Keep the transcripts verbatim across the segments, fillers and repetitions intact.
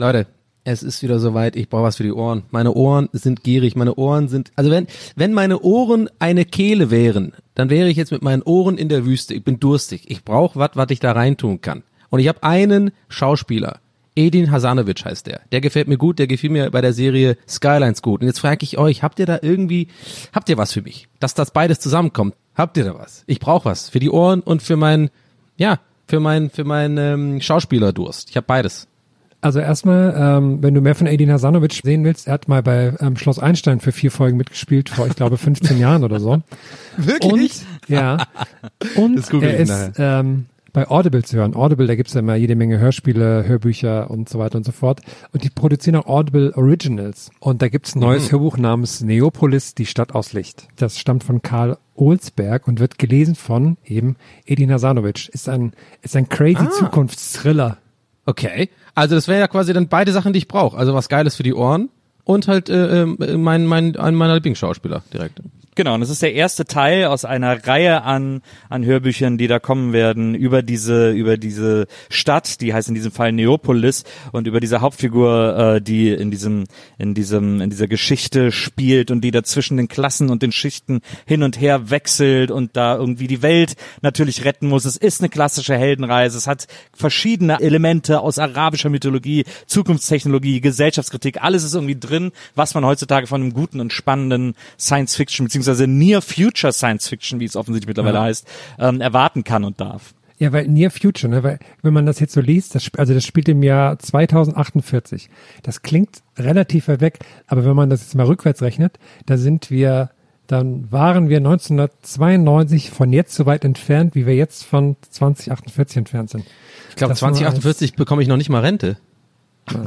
Leute, es ist wieder soweit, ich brauche was für die Ohren. Meine Ohren sind gierig, meine Ohren sind, also wenn, wenn meine Ohren eine Kehle wären, dann wäre ich jetzt mit meinen Ohren in der Wüste. Ich bin durstig. Ich brauche was, was ich da reintun kann. Und ich habe einen Schauspieler, Edin Hasanovic heißt der. Der gefällt mir gut, der gefiel mir bei der Serie Skylines gut. Und jetzt frage ich euch, habt ihr da irgendwie, habt ihr was für mich? Dass das beides zusammenkommt. Habt ihr da was? Ich brauche was für die Ohren und für mein, ja, für mein, für mein ähm, Schauspielerdurst. Ich habe beides. Also erstmal, ähm, wenn du mehr von Edin Hasanovic sehen willst, er hat mal bei ähm, Schloss Einstein für vier Folgen mitgespielt, vor, ich glaube, fünfzehn Jahren oder so. Wirklich? Und, ja. Und er ist ähm, bei Audible zu hören. Audible, da gibt's ja immer jede Menge Hörspiele, Hörbücher und so weiter und so fort. Und die produzieren auch Audible Originals. Und da gibt's ein neues mhm. Hörbuch namens Neopolis, die Stadt aus Licht. Das stammt von Karl Olsberg und wird gelesen von eben Edin Hasanovic. Ist ein, ist ein crazy ah. Zukunftsthriller. Okay, also das wäre ja quasi dann beide Sachen, die ich brauche. Also was Geiles für die Ohren und halt äh, mein, mein, ein meiner Lieblingsschauspieler direkt. Genau, und das ist der erste Teil aus einer Reihe an an Hörbüchern, die da kommen werden über diese über diese Stadt, die heißt in diesem Fall Neopolis, und über diese Hauptfigur, äh, die in diesem in diesem in dieser Geschichte spielt und die da zwischen den Klassen und den Schichten hin und her wechselt und da irgendwie die Welt natürlich retten muss. Es ist eine klassische Heldenreise. Es hat verschiedene Elemente aus arabischer Mythologie, Zukunftstechnologie, Gesellschaftskritik. Alles ist irgendwie drin, was man heutzutage von einem guten und spannenden Science-Fiction beziehungsweise Near Future Science Fiction, wie es offensichtlich mittlerweile ja. heißt, ähm, erwarten kann und darf. Ja, weil Near Future, ne, weil wenn man das jetzt so liest, das, also das spielt im Jahr zweitausendachtundvierzig. Das klingt relativ weit weg, aber wenn man das jetzt mal rückwärts rechnet, da sind wir, dann waren wir neunzehnhundertzweiundneunzig von jetzt so weit entfernt, wie wir jetzt von zwanzig achtundvierzig entfernt sind. Ich glaube, zwanzig achtundvierzig bekomme ich noch nicht mal Rente. Ja.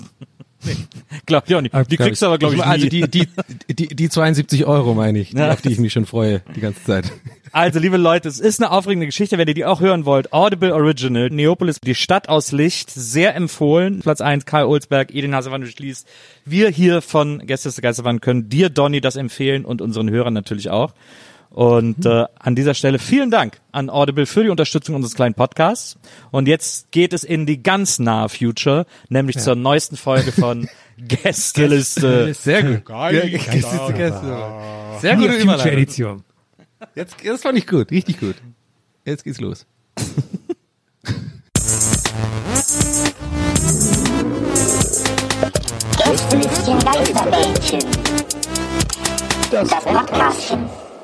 Nee, glaub ich auch nicht. Die kriegst du aber, glaube ich, nie. Also die, die, die, die zweiundsiebzig Euro meine ich, ja. auf die ich mich schon freue, die ganze Zeit. Also, liebe Leute, es ist eine aufregende Geschichte, wenn ihr die auch hören wollt. Audible Original, Neopolis, die Stadt aus Licht, sehr empfohlen. Platz eins, Karl Olsberg, Edin Hasanovic liest. Wir hier von Gäste der Geisterbahn können dir, Donny, das empfehlen und unseren Hörern natürlich auch. Und äh, an dieser Stelle vielen Dank an Audible für die Unterstützung unseres kleinen Podcasts. Und jetzt geht es in die ganz nahe Future, nämlich ja. zur neuesten Folge von Gästeliste. Sehr gut. Geil. Gästeliste, Gäste. Sehr gute Future Edition. Jetzt, das fand ich gut, richtig gut. Jetzt geht's los. Gästelistchen Geisterbällchen. Das Podcastchen.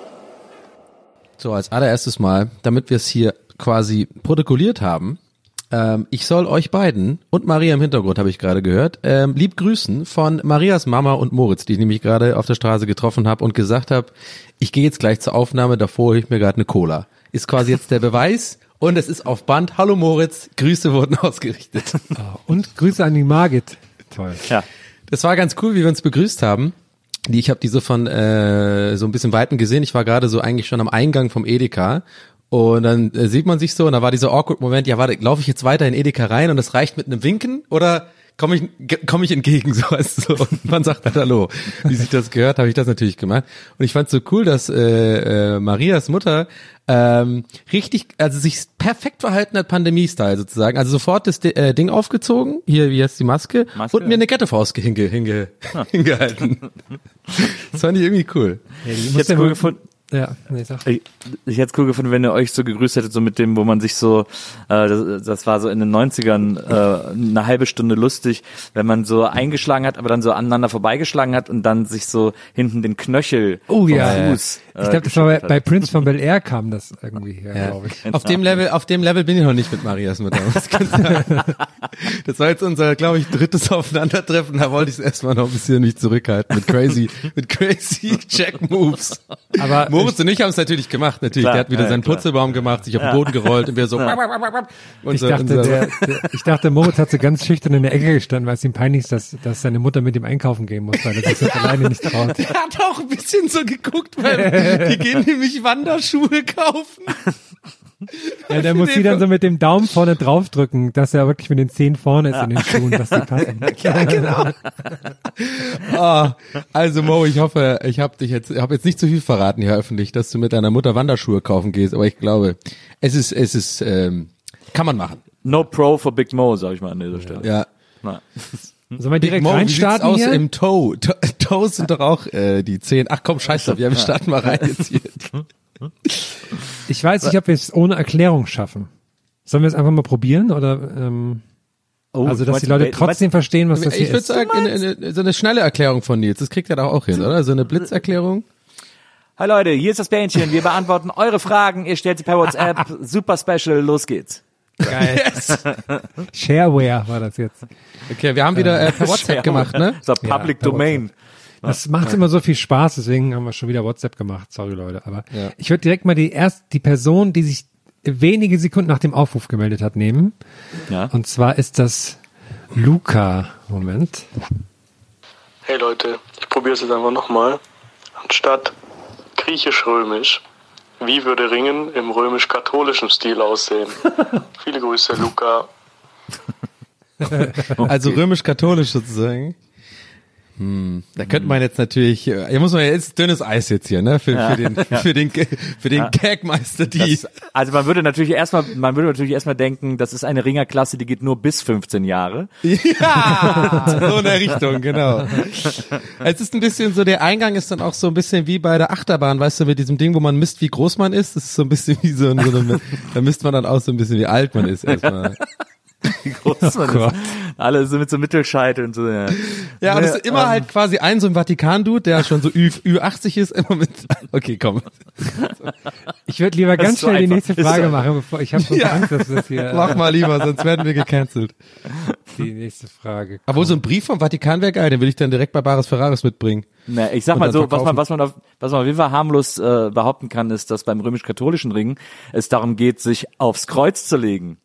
So, als allererstes Mal, damit wir es hier quasi protokolliert haben, ähm, ich soll euch beiden und Maria im Hintergrund, habe ich gerade gehört, ähm, lieb grüßen von Marias Mama und Moritz, die ich nämlich gerade auf der Straße getroffen habe und gesagt habe, ich gehe jetzt gleich zur Aufnahme, davor hole ich mir gerade eine Cola. Ist quasi jetzt der Beweis und es ist auf Band. Hallo Moritz, Grüße wurden ausgerichtet. Oh, und Grüße an die Margit. Toll. Ja. Das war ganz cool, wie wir uns begrüßt haben. Die, ich habe die so von äh, so ein bisschen Weiten gesehen. Ich war gerade so eigentlich schon am Eingang vom Edeka und dann äh, sieht man sich so und da war dieser awkward Moment, ja warte, laufe ich jetzt weiter in Edeka rein und es reicht mit einem Winken oder komme ich komme ich entgegen so, weißt du, so, und man sagt halt Hallo. Wie sich das gehört, habe ich das natürlich gemacht und ich fand so cool, dass äh, äh, Marias Mutter ähm, richtig, also sich perfekt verhalten hat, Pandemie-Style sozusagen, also sofort das äh, Ding aufgezogen, hier, wie heißt die Maske, Maske und mir eine Ghetto-Faust hinge, hinge, hingehalten. Das fand ich irgendwie cool. Ja, ich hätte cool gefunden. Ja, nee, sag. Ich, ich hätte es cool gefunden, wenn ihr euch so gegrüßt hättet, so mit dem, wo man sich so, äh, das, das war so in den neunzigern äh, eine halbe Stunde lustig, wenn man so eingeschlagen hat, aber dann so aneinander vorbeigeschlagen hat und dann sich so hinten den Knöchel oh, vom ja, Fuß. Ja. Ich glaube, das war bei, bei Prince von Bel Air kam das irgendwie her, ja. glaube ich. Auf dem Level, auf dem Level bin ich noch nicht mit Marias Mutter. Das war jetzt unser, glaube ich, drittes Aufeinandertreffen. Da wollte ich es erstmal noch ein bisschen mich zurückhalten mit crazy, mit crazy Check Moves. Aber Moritz und ich haben es natürlich gemacht, natürlich. Klar, der hat wieder ja, seinen klar. Purzelbaum gemacht, sich auf den Boden gerollt und wir so. Ja. Und ich, so dachte, unser, der, der, ich dachte, Moritz hat so ganz schüchtern in der Ecke gestanden, weil es ihm peinlich ist, dass, dass seine Mutter mit ihm einkaufen gehen muss, weil er sich das alleine nicht traut. Der hat auch ein bisschen so geguckt, weil die gehen nämlich Wanderschuhe kaufen. Ja, der muss sie dann so mit dem Daumen vorne draufdrücken, dass er wirklich mit den Zehen vorne ist ja. in den Schuhen, dass die passen. Ja, genau. Oh, also Mo, ich hoffe, ich habe dich jetzt, habe jetzt nicht zu viel verraten hier öffentlich, dass du mit deiner Mutter Wanderschuhe kaufen gehst, aber ich glaube, es ist, es ist, ähm, kann man machen. No Pro for Big Mo, sag ich mal an dieser Stelle. Ja. Na. Sollen wir direkt Mo, reinstarten wie sieht's aus hier? im Toe? To- Toes sind doch auch äh, die zehn. Ach komm, scheiß drauf, wir starten mal rein jetzt hier. Ich weiß nicht, ob wir es ohne Erklärung schaffen. Sollen wir es einfach mal probieren oder ähm, Oh, also, dass meinst die du, Leute du trotzdem verstehen, was das Ich hier würde ist? sagen, in, in, so eine schnelle Erklärung von Nils, das kriegt er doch auch hin, oder? So eine Blitzerklärung. Hi Leute, hier ist das Bähnchen. Wir beantworten eure Fragen. Ihr stellt sie per WhatsApp. Super special. Los geht's. Geil. Yes. Shareware war das jetzt. Okay, wir haben wieder äh, per WhatsApp gemacht, ne? So Public per Domain. Das macht immer so viel Spaß, deswegen haben wir schon wieder WhatsApp gemacht. Sorry Leute, aber Ja. ich würde direkt mal die erst die Person, die sich wenige Sekunden nach dem Aufruf gemeldet hat, nehmen. Ja. Und zwar ist das Luca. Moment. Hey Leute, ich probiere es jetzt einfach nochmal. Anstatt griechisch-römisch, wie würde Ringen im römisch-katholischen Stil aussehen? Viele Grüße, Luca. Also römisch-katholisch sozusagen. Hm, da könnte man jetzt natürlich, äh, hier muss man ja jetzt dünnes Eis jetzt hier, ne, für, Ja. für den, für den, für den Gagmeister, die. Das, also man würde natürlich erstmal, man würde natürlich erstmal denken, das ist eine Ringerklasse, die geht nur bis fünfzehn Jahre. Ja, so in der Richtung, genau. Es ist ein bisschen so, der Eingang ist dann auch so ein bisschen wie bei der Achterbahn, weißt du, mit diesem Ding, wo man misst, wie groß man ist. Das ist so ein bisschen wie so, so eine, da misst man dann auch so ein bisschen, wie alt man ist erstmal. Wie groß man ist. Alle so mit so Mittelscheitel und so. Ja, Ja, und es Nee, ist immer ähm, halt quasi ein so ein Vatikan-Dude, der schon so Ü, Ü achtzig ist, immer mit, okay, komm. Ich würde lieber ganz ist so schnell die einfach. nächste Ist Frage so machen, bevor ich habe so Ja. Angst, dass das hier Mach mal lieber, sonst werden wir gecancelt. die nächste Frage. Obwohl so ein Brief vom Vatikan wäre geil, den würde ich dann direkt bei Bares Ferraris mitbringen. Na, ich sag Und mal dann so, was verkaufen. man, was man auf, was man auf jeden Fall harmlos äh, behaupten kann, ist, dass beim römisch-katholischen Ring es darum geht, sich aufs Kreuz zu legen.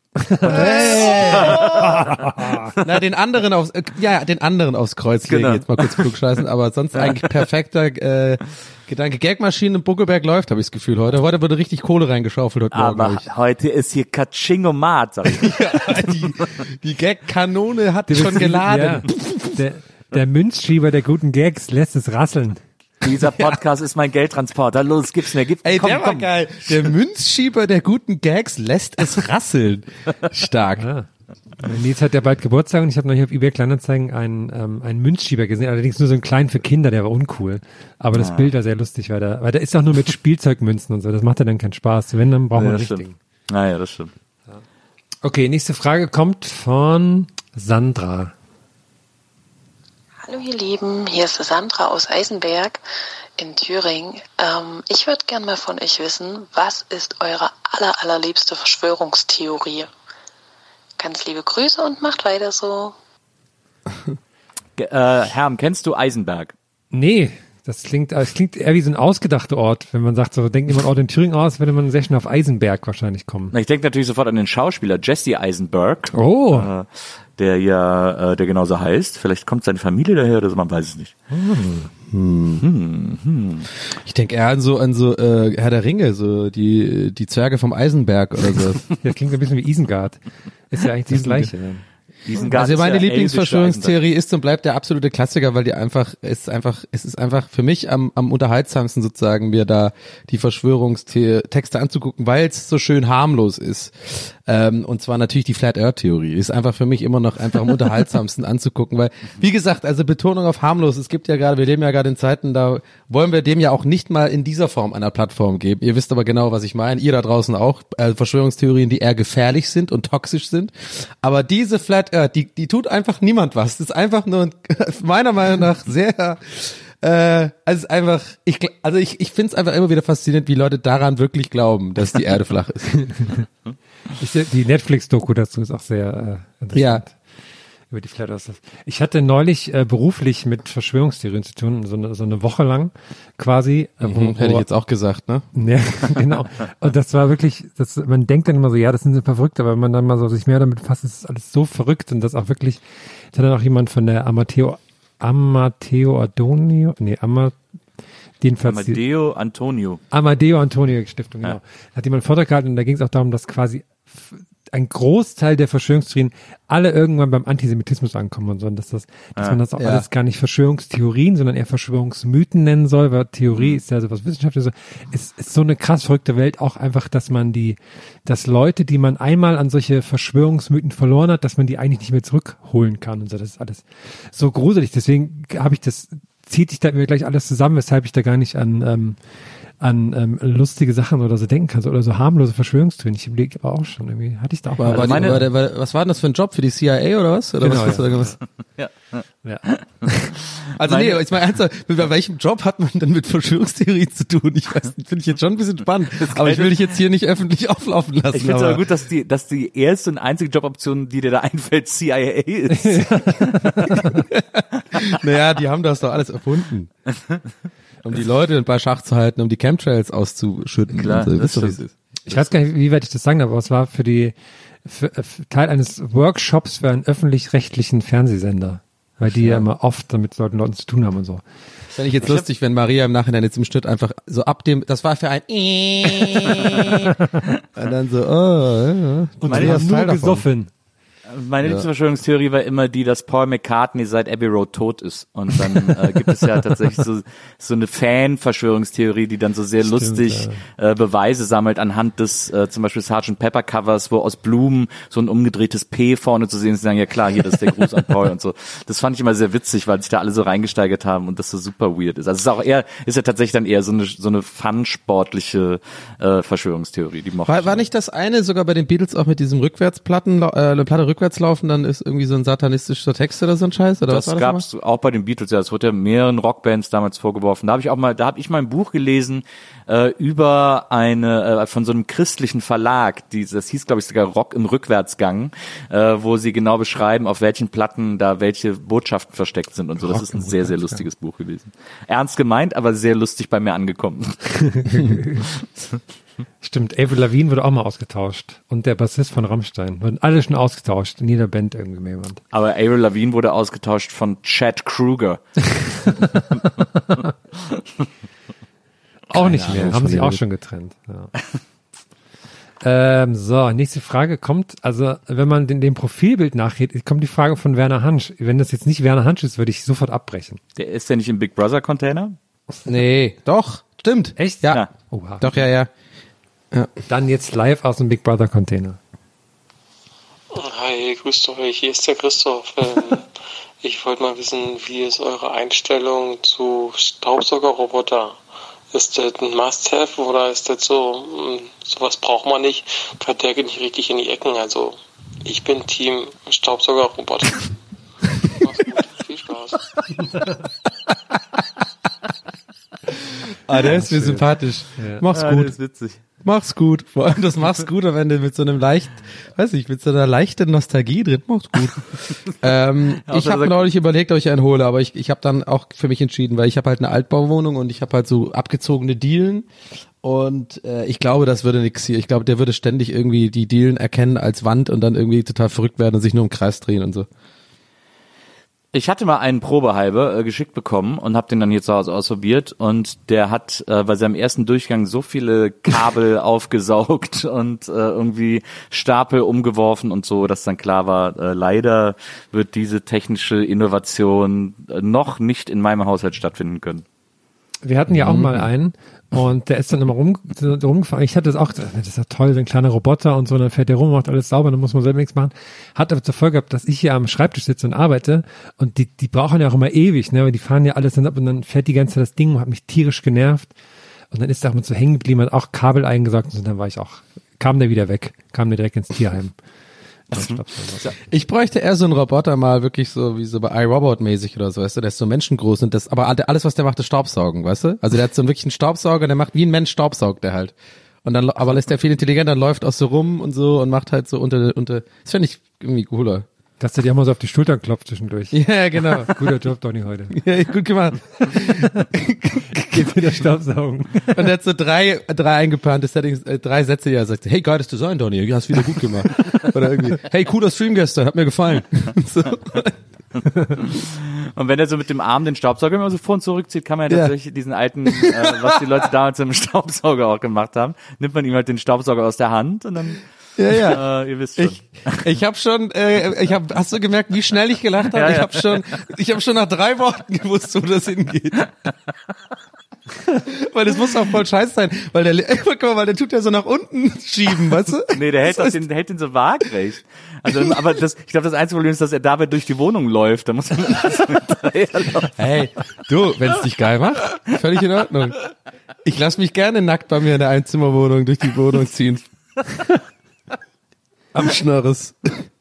Na, den anderen aufs, äh, ja, den anderen aufs Kreuz legen, Genau. jetzt mal kurz klug scheißen, aber sonst eigentlich perfekter äh, Gedanke. Gagmaschine im Buckelberg läuft, habe ich das Gefühl heute. Heute wurde richtig Kohle reingeschaufelt heute Morgen, Aber glaub ich. heute ist hier Katschingomat, sag ich. Ja, die, die Gag-Kanone hat schon Ja, geladen. der, der Münzschieber der guten Gags lässt es rasseln. Dieser Podcast ist mein Geldtransporter. Los, gib's mir, gib, Ey, komm, der war komm. geil. Der Münzschieber der guten Gags lässt es rasseln. Stark. Ja. Nils hat ja bald Geburtstag und ich habe noch hier auf eBay Kleinanzeigen einen, ähm, einen Münzschieber gesehen, allerdings nur so einen kleinen für Kinder, der war uncool. Aber das Bild war sehr lustig, weil da, weil da ist auch nur mit Spielzeugmünzen und so, das macht ja dann keinen Spaß. Wenn, dann braucht Ja, man das einen stimmt. richtigen. Naja, das stimmt. Okay, nächste Frage kommt von Sandra. Hallo ihr Lieben, hier ist Sandra aus Eisenberg in Thüringen. Ähm, ich würde gern mal von euch wissen, was ist eure aller, allerliebste Verschwörungstheorie? Ganz liebe Grüße und macht weiter so. Ge- Äh, Herm, kennst du Eisenberg? Nee, das klingt, es klingt eher wie so ein ausgedachter Ort. Wenn man sagt, so denkt jemand Ort in Thüringen aus, würde man sehr schnell auf Eisenberg wahrscheinlich kommen. Na, ich denke natürlich sofort an den Schauspieler Jesse Eisenberg, Oh, äh, der ja, äh, der genauso heißt. Vielleicht kommt seine Familie daher oder so, man weiß es nicht. Ich denke eher an so, an so äh, Herr der Ringe, so die, die Zwerge vom Eisenberg oder so. das klingt ein bisschen wie Isengard. Ist ja eigentlich das Gleiche. Isengard Also ist meine ja Lieblingsverschwörungstheorie ist und bleibt der absolute Klassiker, weil die einfach, ist einfach, es ist einfach für mich am, am unterhaltsamsten sozusagen, mir da die Verschwörungstexte anzugucken, weil es so schön harmlos ist. Ähm, und zwar natürlich die Flat Earth Theorie. Ist einfach für mich immer noch einfach am unterhaltsamsten anzugucken, weil, wie gesagt, also Betonung auf harmlos. Es gibt ja gerade, wir leben ja gerade in Zeiten, da wollen wir dem ja auch nicht mal in dieser Form einer Plattform geben. Ihr wisst aber genau, was ich meine. Ihr da draußen auch. Äh, Verschwörungstheorien, die eher gefährlich sind und toxisch sind. Aber diese Flat Earth, die, die tut einfach niemand was. Das ist einfach nur, meiner Meinung nach, sehr, äh, also es ist einfach, ich, also ich, ich finde es einfach immer wieder faszinierend, wie Leute daran wirklich glauben, dass die Erde flach ist. Ich, die Netflix-Doku dazu ist auch sehr äh, interessant. Ja. Über die Flat Earth. Ich hatte neulich äh, beruflich mit Verschwörungstheorien zu tun, so eine, so eine Woche lang quasi. Äh, wo, Hm, hätte wo- ich jetzt auch gesagt, ne? Ja, genau. Und das war wirklich, das, man denkt dann immer so, ja, das sind so verrückt, aber wenn man dann mal so sich mehr damit befasst, ist alles so verrückt und das auch wirklich, da hat dann auch jemand von der Amateo, Amateo Adonio, nee, Ama, jedenfalls die, Amadeo Antonio. Amadeo Antonio Stiftung, genau. Ja. Hat jemand einen Vortrag gehalten und da ging es auch darum, dass quasi f- ein Großteil der Verschwörungstheorien alle irgendwann beim Antisemitismus ankommen und so, und dass das, dass man das auch ja. alles gar nicht Verschwörungstheorien, sondern eher Verschwörungsmythen nennen soll, weil Theorie ist ja sowas Wissenschaftliches. Es ist so eine krass verrückte Welt auch einfach, dass man die, dass Leute, die man einmal an solche Verschwörungsmythen verloren hat, dass man die eigentlich nicht mehr zurückholen kann und so. Das ist alles so gruselig. Deswegen habe ich das, zieht sich da mir gleich alles zusammen, weshalb ich da gar nicht an ähm, an ähm, lustige Sachen oder so denken kannst oder so harmlose Verschwörungstheorien. Ich überlege aber auch schon irgendwie, hatte ich da auch war, mal. war meine, die, war der, war, was war denn das für ein Job? Für die C I A oder was? Oder Genau, was, ja. oder was? ja, ja. Ja. Also Meine- nee, ich meine ernsthaft, mit welchem Job hat man denn mit Verschwörungstheorien zu tun? Ich weiß nicht, finde ich jetzt schon ein bisschen spannend. Aber ich will dich jetzt hier nicht öffentlich auflaufen lassen. Ich finde es aber gut, dass die, dass die erste und einzige Joboption, die dir da einfällt, C I A ist. Naja, die haben das doch alles erfunden. Um die Leute bei Schach zu halten, um die Chemtrails auszuschütten. Klar, und so. das Wisst ihr, wie es stimmt. ist? Ich weiß gar nicht, wie weit ich das sagen darf, aber es war für die für, für Teil eines Workshops für einen öffentlich-rechtlichen Fernsehsender, weil die ja immer oft damit solchen Leuten zu tun haben und so. Fände ich jetzt ich lustig, wenn Maria im Nachhinein jetzt im Schnitt einfach so ab dem, das war für ein und dann so, oh, ja. Und Meine die haben haben Teil nur davon. gesoffen. Meine liebste Verschwörungstheorie war immer die, dass Paul McCartney seit Abbey Road tot ist. Und dann äh, gibt es ja tatsächlich so so eine Fan-Verschwörungstheorie, die dann so sehr Stimmt, lustig äh, Beweise sammelt anhand des äh, zum Beispiel Sergeant Pepper Covers, wo aus Blumen so ein umgedrehtes P vorne zu sehen ist. Sie sagen, ja klar, hier, das ist der Gruß an Paul und so. Das fand ich immer sehr witzig, weil sich da alle so reingesteigert haben und das so super weird ist. Also es ist auch eher, ist ja tatsächlich dann eher so eine so eine fun-sportliche äh, Verschwörungstheorie. Die mochte War, ich. war nicht das eine sogar bei den Beatles auch mit diesem Rückwärtsplatten, äh, eine Platte rückwärts laufen, dann ist irgendwie so ein satanistischer Text oder so ein Scheiß? Oder Das was war gab's auch bei den Beatles, ja, das wurde ja mehreren Rockbands damals vorgeworfen. Da habe ich auch mal, da habe ich mal ein Buch gelesen äh, über eine äh, von so einem christlichen Verlag, die, das hieß glaube ich sogar Rock im Rückwärtsgang, äh, wo sie genau beschreiben, auf welchen Platten da welche Botschaften versteckt sind und so. Das Rock ist ein im sehr sehr Rückwärtsgang. lustiges Buch gewesen. Ernst gemeint, aber sehr lustig bei mir angekommen. Stimmt, Avril Lavigne wurde auch mal ausgetauscht. Und der Bassist von Rammstein. Wurden alle schon ausgetauscht. In jeder Band irgendwie mehr jemand. Aber Avril Lavigne wurde ausgetauscht von Chad Kruger. Auch nicht mehr. Ahnung, Haben schon sich wieder auch mit- schon getrennt. Ja. ähm, so, nächste Frage kommt, also wenn man den, dem Profilbild nachgeht, kommt die Frage von Werner Hansch. Wenn das jetzt nicht Werner Hansch ist, würde ich sofort abbrechen. Der ist ja nicht im Big Brother Container? Nee, doch, stimmt. Echt? Ja. Ja. Oha. Doch, ja, ja. Dann jetzt live aus dem Big Brother Container. Hi, grüßt euch, hier ist der Christoph. Ähm, ich wollte mal wissen, wie ist eure Einstellung zu Staubsaugerroboter? Ist das ein Must-Have oder ist das so, mh, sowas braucht man nicht, verderge nicht richtig in die Ecken? Also, ich bin Team Staubsaugerroboter. Mach's gut, viel Spaß. Ah, der ist mir sympathisch. Mach's Ah, gut. das ist witzig. Mach's gut. Vor allem das mach's gut, wenn du mit so einem leicht, weiß ich, mit so einer leichten Nostalgie drin, mach's gut. ähm, Ja, ich außer habe sagt- neulich überlegt, ob ich einen hole, aber ich, ich habe dann auch für mich entschieden, weil ich habe halt eine Altbauwohnung und ich habe halt so abgezogene Dielen und äh, ich glaube, das würde nix hier. Ich glaube, der würde ständig irgendwie die Dielen erkennen als Wand und dann irgendwie total verrückt werden und sich nur im Kreis drehen und so. Ich hatte mal einen Probehalber äh, geschickt bekommen und habe den dann hier zu Hause ausprobiert und der hat äh, bei seinem ersten Durchgang so viele Kabel aufgesaugt und äh, irgendwie Stapel umgeworfen und so, dass dann klar war, äh, leider wird diese technische Innovation äh, noch nicht in meinem Haushalt stattfinden können. Wir hatten ja auch mal einen und der ist dann immer rum, so rumgefahren. Ich hatte das auch, das ist ja toll, so ein kleiner Roboter und so, dann fährt der rum, macht alles sauber, dann muss man selber nichts machen. Hat aber zur Folge gehabt, dass ich hier am Schreibtisch sitze und arbeite und die, die brauchen ja auch immer ewig, ne, weil die fahren ja alles dann ab und dann fährt die ganze Zeit das Ding und hat mich tierisch genervt und dann ist der auch mal so hängen geblieben, hat auch Kabel eingesaugt und dann war ich auch, kam der wieder weg, kam der direkt ins Tierheim. Ich bräuchte eher so einen Roboter mal wirklich so wie so bei iRobot mäßig oder so, weißt du, der ist so menschengroß und das, aber alles, was der macht, ist Staubsaugen, weißt du? Also der hat so einen wirklichen Staubsauger, der macht wie ein Mensch Staubsaugt der halt. Und dann, aber ist der viel intelligenter, läuft auch so rum und so und macht halt so unter, unter, das finde ich irgendwie cooler. Dass der dir auch mal so auf die Schultern klopft zwischendurch. Ja, genau. Guter Job, Donny, heute. Ja, gut gemacht. Geht wieder Staubsaugen. Und er hat so drei, drei eingeplante Settings, äh, drei Sätze, ja, sagt, hey, geiles Design, Donny, du hast wieder gut gemacht. Oder irgendwie, hey, cooler Stream gestern, hat mir gefallen. So. Und wenn er so mit dem Arm den Staubsauger immer so vor und zurückzieht, kann man ja Ja. tatsächlich diesen alten, äh, was die Leute damals mit dem Staubsauger auch gemacht haben, nimmt man ihm halt den Staubsauger aus der Hand und dann Ja, ja. Äh, ihr wisst schon. Ich, ich habe schon, äh, ich hab, hast du gemerkt, wie schnell ich gelacht habe? Ja, ja. Ich habe schon, ich habe schon nach drei Worten gewusst, wo das hingeht. Weil das muss auch voll scheiße sein, weil der, guck mal, weil der tut ja so nach unten schieben, weißt du? Nee, der hält, das das den, der hält den so waagrecht. Also, aber das, ich glaube, das einzige Problem ist, dass er dabei durch die Wohnung läuft. Da muss man Hey, du, wenn es dich geil macht, völlig in Ordnung. Ich lass mich gerne nackt bei mir in der Einzimmerwohnung durch die Wohnung ziehen. Am Schnörres.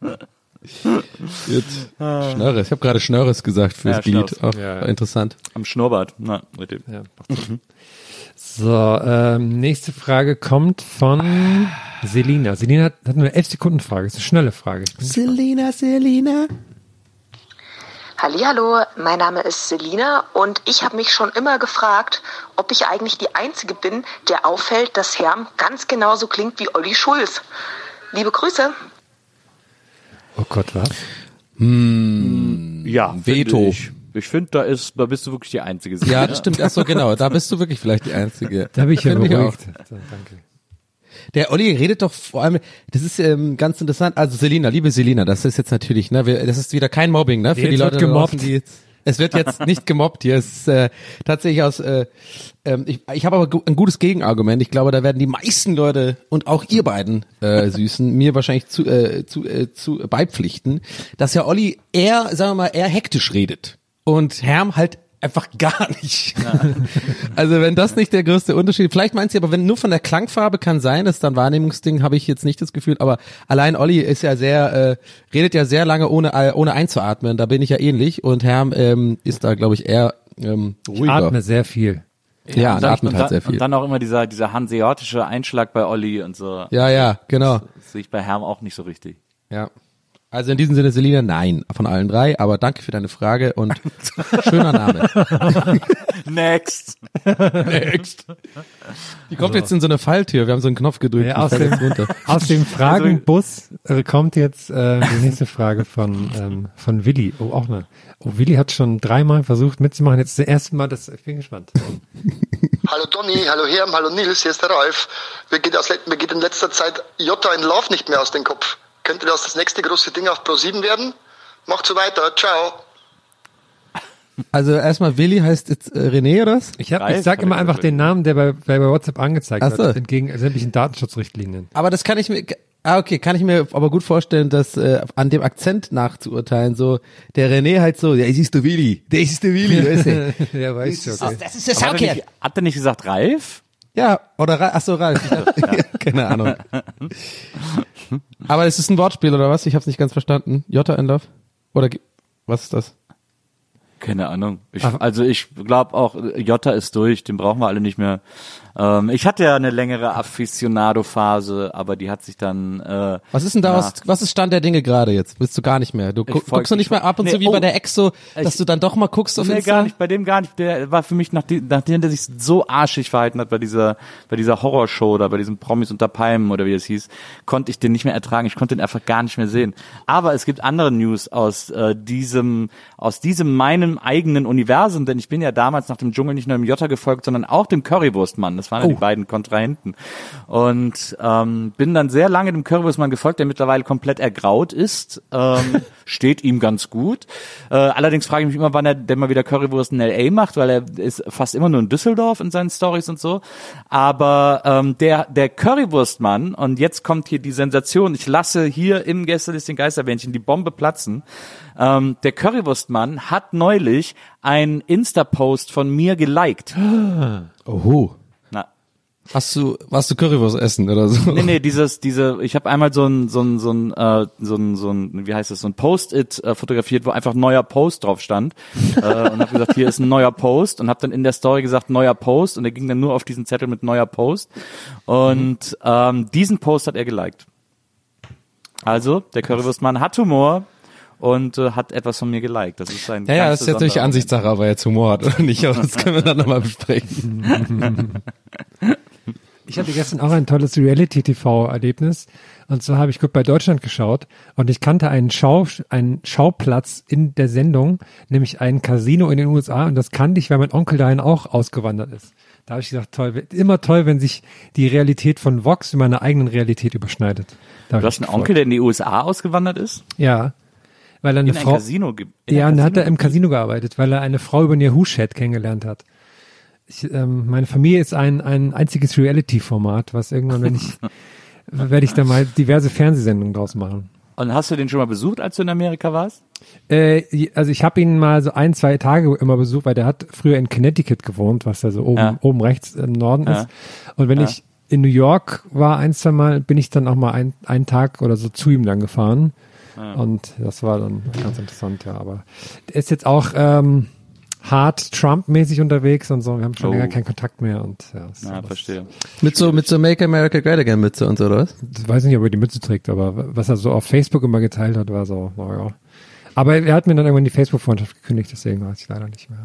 Gut. Schnörres. Ich habe gerade Schnörres gesagt fürs Ja, Glied. Schnörres. Auch Ja. interessant. am Schnurrbart. Na, mit dem. Ja, so, ähm, nächste Frage kommt von Selina. Selina hat, hat eine elf Sekunden Frage. Das ist eine schnelle Frage. Ich bin Selina, Selina. Hallihallo, mein Name ist Selina und ich habe mich schon immer gefragt, ob ich eigentlich die Einzige bin, der auffällt, dass Herm ganz genauso klingt wie Olli Schulz. Liebe Grüße. Oh Gott, was? Ja, Veto. finde Ich, ich finde, da ist, da bist du wirklich die Einzige. Ja, das stimmt. Ach so, genau. Da bist du wirklich vielleicht die Einzige. Da bin ich ja Find beruhigt. auch. So, danke. Der Olli redet doch vor allem, das ist ähm, ganz interessant. Also Selina, liebe Selina, das ist jetzt natürlich, ne, wir, das ist wieder kein Mobbing, ne, für Jetzt die wird Leute da draußen, gemobbt. die jetzt, es wird jetzt nicht gemobbt hier. Es ist äh, tatsächlich aus, äh, ähm, ich, ich habe aber gu- ein gutes Gegenargument. Ich glaube, da werden die meisten Leute und auch ihr beiden äh, Süßen mir wahrscheinlich zu, äh, zu, äh, zu beipflichten, dass ja Olli eher, sagen wir mal, eher hektisch redet und Herm halt einfach gar nicht. Also wenn das nicht der größte Unterschied, vielleicht meinst du aber, wenn nur von der Klangfarbe kann sein, das ist dann Wahrnehmungsding, habe ich jetzt nicht das Gefühl, aber allein Olli ist ja sehr, äh, redet ja sehr lange ohne äh, ohne einzuatmen, da bin ich ja ähnlich und Herm ähm, ist da, glaube ich, eher ähm, Ich ruhiger. atme sehr viel. Ja, und dann, atmet und halt dann, sehr viel. Und dann auch immer dieser, dieser hanseatische Einschlag bei Olli und so. Ja, ja, genau. Das sehe ich bei Herm auch nicht so richtig. Ja. Also in diesem Sinne, Selina, nein, von allen drei, aber danke für deine Frage und schöner Name. Next. Next. Die kommt jetzt in so eine Falltür, wir haben so einen Knopf gedrückt, Ja, die aus, fällt dem, jetzt runter. aus dem Fragenbus äh, kommt jetzt äh, die nächste Frage von ähm, von Willi. Oh, auch eine. Oh, Willi hat schon dreimal versucht mitzumachen. Jetzt das erste Mal, das, ich bin gespannt. Hallo Donny, hallo Herm, hallo Nils, hier ist der Ralf. Mir geht, aus, mir geht in letzter Zeit Jota in Love nicht mehr aus dem Kopf. Könnte das das nächste große Ding auf Pro sieben werden? Macht so weiter, ciao. Also erstmal Willi heißt jetzt äh, René oder was? Ich, hab, Ralf, ich sag hab immer ich einfach gesagt. den Namen, der bei, der bei WhatsApp angezeigt Ach so. wird, entgegen sämtlichen Datenschutzrichtlinien. Aber das kann ich mir, ah okay, kann ich mir aber gut vorstellen, dass äh, an dem Akzent nachzuurteilen, so der René halt so, ja, es ist der Willi, der ist der Willi, weißt du? Ja, weiß ich, okay. Das ist der Aber hat, er Saukerl. nicht, hat er nicht gesagt Ralf? Ja, oder Ra- ach so, Ralf. Ich hab, keine Ahnung. Aber es ist ein Wortspiel oder was? Ich habe es nicht ganz verstanden. Jota in Love? Oder ge- was ist das? Keine Ahnung. Ich, also ich glaube auch, Jota ist durch, den brauchen wir alle nicht mehr. Ähm, ich hatte ja eine längere Aficionado-Phase, aber die hat sich dann äh, Was ist denn da na, aus, was ist Stand der Dinge gerade jetzt? Bist du gar nicht mehr? Du gu Ich folg- guckst du nicht ich mehr ab und nee, zu wie oh. bei der Ex so, dass Ich- du dann doch mal guckst auf Nee, Insta? gar nicht, bei dem gar nicht. Der war für mich, nachdem, nachdem der sich so arschig verhalten hat bei dieser, bei dieser Horrorshow oder bei diesem Promis unter Palmen oder wie es hieß, konnte ich den nicht mehr ertragen. Ich konnte den einfach gar nicht mehr sehen. Aber es gibt andere News aus äh, diesem, aus diesem meinem eigenen Universum, denn ich bin ja damals nach dem Dschungel nicht nur dem Jota gefolgt, sondern auch dem Currywurstmann. Das waren ja die beiden Kontrahenten. Und ähm, bin dann sehr lange dem Currywurstmann gefolgt, der mittlerweile komplett ergraut ist. Ähm, steht ihm ganz gut. Äh, allerdings frage ich mich immer, wann er denn mal wieder Currywurst in L A macht, weil er ist fast immer nur in Düsseldorf in seinen Stories und so. Aber ähm, der der Currywurstmann, und jetzt kommt hier die Sensation, ich lasse hier im Gästelistchen Geisterbähnchen die Bombe platzen. Ähm, der Currywurstmann hat neulich einen Insta-Post von mir geliked. Oho. Na, Hast du, warst du Currywurst essen oder so? Nee, nee, dieses, diese, ich habe einmal so ein, so ein, so ein, äh, so ein, so ein, wie heißt das, so ein Post-it äh, fotografiert, wo einfach neuer Post drauf stand äh, und habe gesagt, hier ist ein neuer Post und habe dann in der Story gesagt, neuer Post, und er ging dann nur auf diesen Zettel mit neuer Post und ähm, diesen Post hat er geliked. Also, der Currywurstmann hat Humor und äh, hat etwas von mir geliked. Das ist sein Ja, ja, ganz das ist natürlich besonderer Ansichtssache, aber jetzt Humor hat oder nicht, aber das können wir dann nochmal besprechen. Ich hatte gestern auch ein tolles Reality-T V-Erlebnis. Und zwar habe ich gut bei Deutschland geschaut und ich kannte einen, Schau, einen Schauplatz in der Sendung, nämlich ein Casino in den U S A, und das kannte ich, weil mein Onkel dahin auch ausgewandert ist. Da habe ich gedacht, toll, immer toll, wenn sich die Realität von Vox mit meiner eigenen Realität überschneidet. Du hast einen Onkel, der in die U S A ausgewandert ist? Ja. Weil er eine in Frau, ein Casino gibt. Ja, und dann hat er im Casino gearbeitet, weil er eine Frau über einen Yahoo-Chat kennengelernt hat. Ich, ähm, meine Familie ist ein, ein einziges Reality-Format, was irgendwann, wenn ich, werde ich da mal diverse Fernsehsendungen draus machen. Und hast du den schon mal besucht, als du in Amerika warst? Äh, also ich habe ihn mal so ein, zwei Tage immer besucht, weil der hat früher in Connecticut gewohnt, was da so oben, ja. oben rechts im Norden ja. ist. Und wenn ja. ich in New York war, ein, zwei Mal, bin ich dann auch mal ein, einen Tag oder so zu ihm dann gefahren. Ja. Und das war dann ganz interessant, ja. Aber der ist jetzt auch ähm, hart Trump-mäßig unterwegs und so. Wir haben schon oh. länger keinen Kontakt mehr. Und ja, ja verstehe. Mit so mit so Make America Great Again Mütze und so, oder was? Ich weiß nicht, ob er die Mütze trägt, aber was er so auf Facebook immer geteilt hat, war so, naja. Aber er hat mir dann irgendwann die Facebook-Freundschaft gekündigt, deswegen weiß ich leider nicht mehr.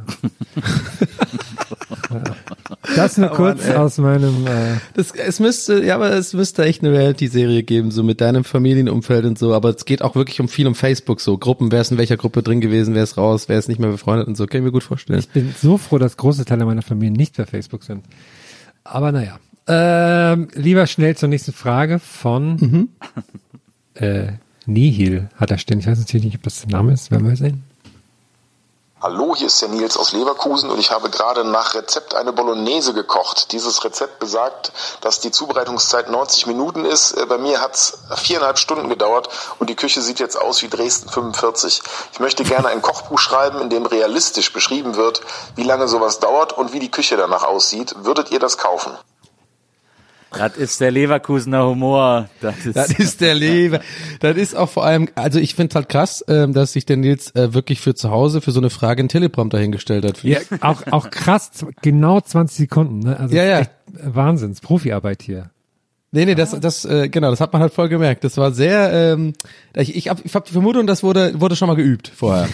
Das nur kurz oh Mann, aus meinem äh das, es müsste, ja, aber es müsste echt eine Reality-Serie geben, so mit deinem Familienumfeld und so, aber es geht auch wirklich um viel um Facebook, so Gruppen, wer ist in welcher Gruppe drin gewesen, wer ist raus, wer ist nicht mehr befreundet und so, kann ich mir gut vorstellen. Ich bin so froh, dass große Teile meiner Familie nicht bei Facebook sind. Aber naja. Ähm, lieber schnell zur nächsten Frage von mhm. äh, Nihil hat er stehen. Ich weiß natürlich nicht, ob das der Name ist, werden wir sehen. Hallo, hier ist der Nils aus Leverkusen und ich habe gerade nach Rezept eine Bolognese gekocht. Dieses Rezept besagt, dass die Zubereitungszeit neunzig Minuten ist. Bei mir hat es viereinhalb Stunden gedauert und die Küche sieht jetzt aus wie Dresden fünfundvierzig. Ich möchte gerne ein Kochbuch schreiben, in dem realistisch beschrieben wird, wie lange sowas dauert und wie die Küche danach aussieht. Würdet ihr das kaufen? Das ist der Leverkusener Humor. Das ist, das ist der Lever. Das ist auch vor allem, also ich finde es halt krass, ähm, dass sich der Nils äh, wirklich für zu Hause für so eine Frage einen Teleprompter hingestellt hat. Ja, auch, auch krass, genau zwanzig Sekunden. Ne? Also ja, ja. Echt Wahnsinns, Profiarbeit hier. Nee, nee, das, das, äh, genau, das hat man halt voll gemerkt. Das war sehr, ähm, ich, ich habe ich hab die Vermutung, das wurde, wurde schon mal geübt vorher.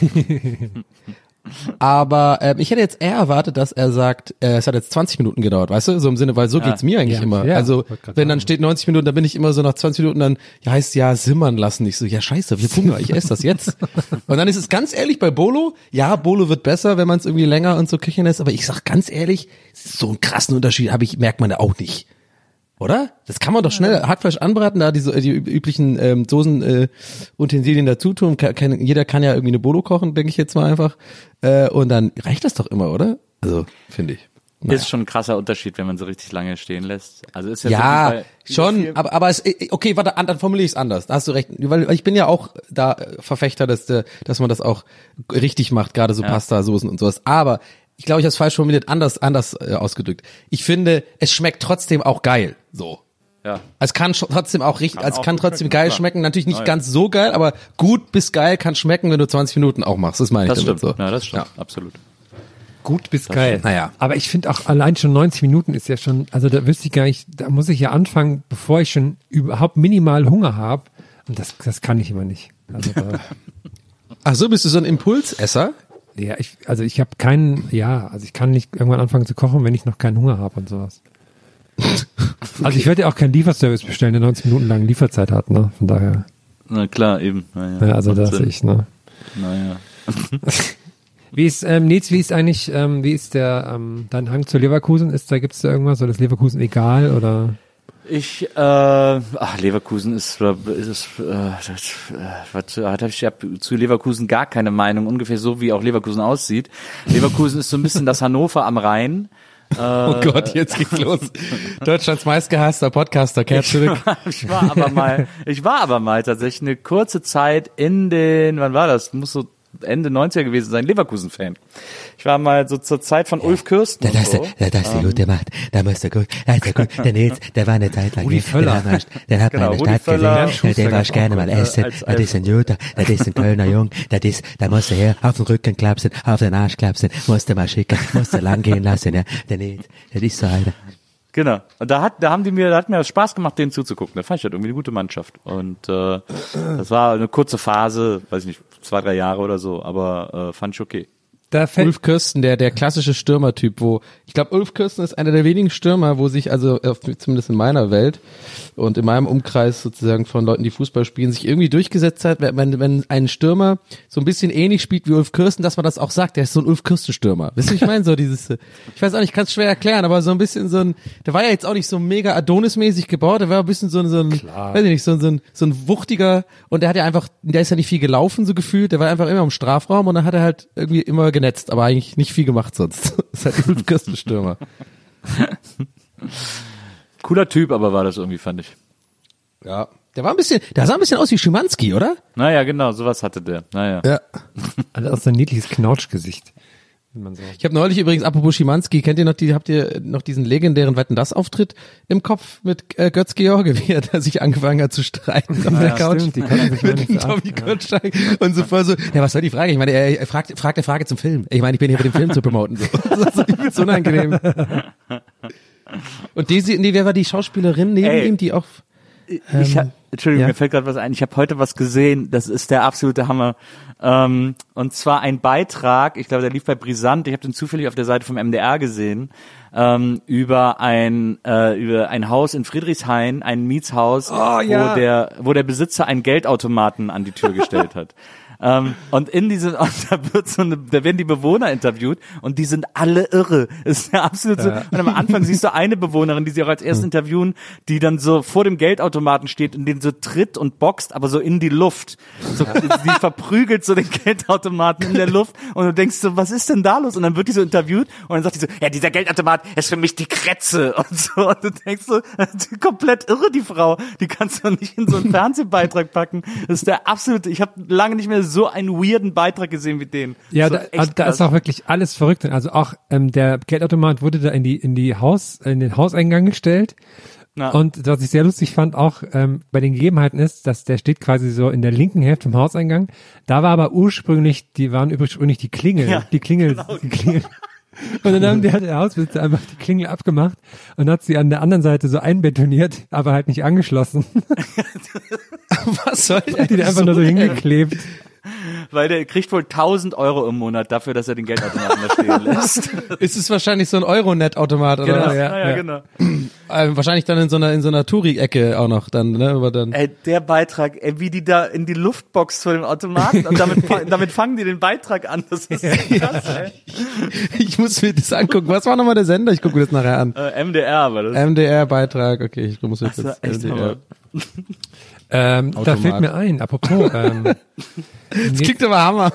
Aber ähm, ich hätte jetzt eher erwartet, dass er sagt, äh, es hat jetzt zwanzig Minuten gedauert, weißt du? So im Sinne, weil so ja. geht's mir eigentlich ja, immer. Ja, also wenn dann steht neunzig Minuten, dann bin ich immer so nach zwanzig Minuten dann, ja heißt ja simmern lassen. Ich so, ja scheiße, wir Hunger, ich esse das jetzt. Und dann ist es ganz ehrlich bei Bolo, ja Bolo wird besser, wenn man es irgendwie länger und so köcheln lässt, aber ich sag ganz ehrlich, so einen krassen Unterschied habe ich, merkt man da auch nicht. Oder? Das kann man doch schnell Hackfleisch anbraten, da die, die üblichen ähm, Soßen äh, Utensilien dazu tun. Kann, jeder kann ja irgendwie eine Bolo kochen, denke ich jetzt mal einfach. Äh, und dann reicht das doch immer, oder? Also, finde ich. Naja. Ist schon ein krasser Unterschied, wenn man so richtig lange stehen lässt. Also ist ja, ja schon, aber aber es, okay, warte, dann formuliere ich es anders. Da hast du recht, weil ich bin ja auch da Verfechter, dass dass man das auch richtig macht, gerade so ja. Pasta, Soßen und sowas. Aber ich glaube, ich habe es falsch formuliert, anders anders äh, ausgedrückt. Ich finde, es schmeckt trotzdem auch geil, so. Ja. Es kann trotzdem auch richtig, es kann trotzdem geil klar. schmecken. Natürlich nicht ja, ja. ganz so geil, aber gut bis geil kann schmecken, wenn du zwanzig Minuten auch machst. Das meine ich das damit stimmt. so. Ja, das stimmt, ja. absolut. Gut bis das geil. Stimmt. Naja. Aber ich finde auch allein schon neunzig Minuten ist ja schon, also da wüsste ich gar nicht, da muss ich ja anfangen, bevor ich schon überhaupt minimal Hunger habe. Und das, das kann ich immer nicht. Also da Ach so, bist du so ein Impulsesser? Ja, ich, also ich habe keinen, ja, also ich kann nicht irgendwann anfangen zu kochen, wenn ich noch keinen Hunger habe und sowas. Okay. Also ich werde ja auch keinen Lieferservice bestellen, der neunzig Minuten lang Lieferzeit hat, ne, von daher. Na klar, eben. Naja, ja, also das ich, ne. Naja. Wie ist, ähm, Nils, wie ist eigentlich, ähm, wie ist der, ähm, dein Hang zu Leverkusen? Ist da, gibt's da irgendwas, oder ist Leverkusen egal, oder? Ich, äh, ach, Leverkusen ist, ist äh, das, was, ich habe zu Leverkusen gar keine Meinung, ungefähr so, wie auch Leverkusen aussieht. Leverkusen ist so ein bisschen das Hannover am Rhein. Äh, oh Gott, jetzt geht's los. Deutschlands meistgehasster Podcaster, kehrt zurück. Ich war, ich war aber mal, ich war aber mal tatsächlich eine kurze Zeit in den, wann war das? Muss so Ende neunziger gewesen sein, Leverkusen-Fan. Ich war mal so zur Zeit von ja, Ulf Kirsten. Da, das, so. da, das ist um, gut gemacht. Da musst du gut. Da ist der gut. Der Nils, der war eine Zeit lang. Rudi Völler. Der, der hat genau, meine Stadt Völler, gesehen. Der war ich gerne mal essen. Als, als, das ist ein Juter. Das ist ein Kölner Jung. Das ist, da musst du her, auf den Rücken klapsen, auf den Arsch klapsen. Musst du mal schicken. Musst du lang gehen lassen, ja. Der Nils, das ist so einer. Genau. Und da hat, da haben die mir, da hat mir Spaß gemacht, denen zuzugucken. Da fand ich das irgendwie eine gute Mannschaft. Und äh, das war eine kurze Phase, weiß ich nicht, zwei, drei Jahre oder so, aber äh, fand ich okay. Da fällt Ulf Kirsten, der der klassische Stürmertyp, wo ich glaube, Ulf Kirsten ist einer der wenigen Stürmer, wo sich also zumindest in meiner Welt und in meinem Umkreis sozusagen von Leuten, die Fußball spielen, sich irgendwie durchgesetzt hat, wenn, wenn ein Stürmer so ein bisschen ähnlich spielt wie Ulf Kirsten, dass man das auch sagt, der ist so ein Ulf Kirsten Stürmer. Wisst ihr, ich meine so dieses, ich weiß auch nicht, kann es schwer erklären, aber so ein bisschen so ein, der war ja jetzt auch nicht so mega Adonis-mäßig gebaut, der war ein bisschen so ein, so ein Klar. weiß ich nicht, so ein, so ein so ein wuchtiger und der hat ja einfach, der ist ja nicht viel gelaufen so gefühlt, der war einfach immer im Strafraum und dann hat er halt irgendwie immer genetzt, aber eigentlich nicht viel gemacht sonst. Das ist halt ein Kirstenstürmer. Cooler Typ, aber war das irgendwie, fand ich. Ja. Der war ein bisschen, der sah ein bisschen aus wie Schimanski, oder? Naja, genau, sowas hatte der. Naja. Ja. Also aus so ein niedliches Knautschgesicht. Man sagt. Ich habe neulich übrigens, apropos Schimanski, kennt ihr noch die, habt ihr noch diesen legendären Wetten-das-Auftritt im Kopf mit äh, Götz George, wie er da sich angefangen hat zu streiten auf der Ja, Couch stimmt, die konnten sich mal mit nicht so ab, Tommy Gottschalk und so voll so, ja, was soll die Frage? Ich meine, er, er fragt, fragt eine Frage zum Film. Ich meine, ich bin hier für den Film zu promoten. So. Das ist so, so unangenehm. Und Daisy, nee, wer war die Schauspielerin neben Ey. ihm, die auch Ich hab, Entschuldigung, ja? mir fällt gerade was ein. Ich habe heute was gesehen, das ist der absolute Hammer. Ähm, und zwar ein Beitrag, ich glaube, der lief bei Brisant, ich habe den zufällig auf der Seite vom M D R gesehen, ähm, über ein äh, über ein Haus in Friedrichshain, ein Mietshaus, Oh, ja. wo der wo der Besitzer einen Geldautomaten an die Tür gestellt hat. Ähm, und in diese, und da wird so eine, da werden die Bewohner interviewt und die sind alle irre. Das ist der absolute, ja. Und am Anfang siehst du eine Bewohnerin, die sie auch als erstes interviewen, die dann so vor dem Geldautomaten steht und den so tritt und boxt, aber so in die Luft. So, die verprügelt so den Geldautomaten in der Luft und du denkst so, was ist denn da los? Und dann wird die so interviewt und dann sagt die so, ja, dieser Geldautomat ist für mich die Kretze und so. Und du denkst so, komplett irre, die Frau. Die kannst du nicht in so einen Fernsehbeitrag packen. Das ist der absolute, ich habe lange nicht mehr so einen weirden Beitrag gesehen wie den. Ja, so da, also da ist auch wirklich alles verrückt. Also auch ähm, der Geldautomat wurde da in die in die Haus in den Hauseingang gestellt. Na. Und was ich sehr lustig fand auch ähm, bei den Gegebenheiten ist, dass der steht quasi so in der linken Hälfte vom Hauseingang. Da war aber ursprünglich, die waren ursprünglich die Klingel, Ja, die Klingel, genau. die Klingel. Und dann haben die halt der Hausbesitzer einfach die Klingel abgemacht und hat sie an der anderen Seite so einbetoniert, aber halt nicht angeschlossen. was soll Hat die da einfach nur so hingeklebt. Weil der kriegt wohl tausend Euro im Monat dafür, dass er den Geldautomaten da stehen lässt. Ist es wahrscheinlich so ein Euronet-Automat oder Genau, was? ja, ja, ja. genau. Äh, wahrscheinlich dann in so einer in so einer Touri-Ecke auch noch dann, ne? Aber dann. Ey, der Beitrag, ey, wie die da in die Luft boxt vor dem Automaten und damit, damit fangen die den Beitrag an. Das ist krass, ey. Ich muss mir das angucken. Was war nochmal der Sender? Ich gucke mir das nachher an. Äh, M D R war das. M D R-Beitrag, okay, ich muss jetzt, Das war jetzt echt M D R. Hammer. Ähm, da Automat. fällt mir ein, apropos, ähm, Das klingt aber Hammer.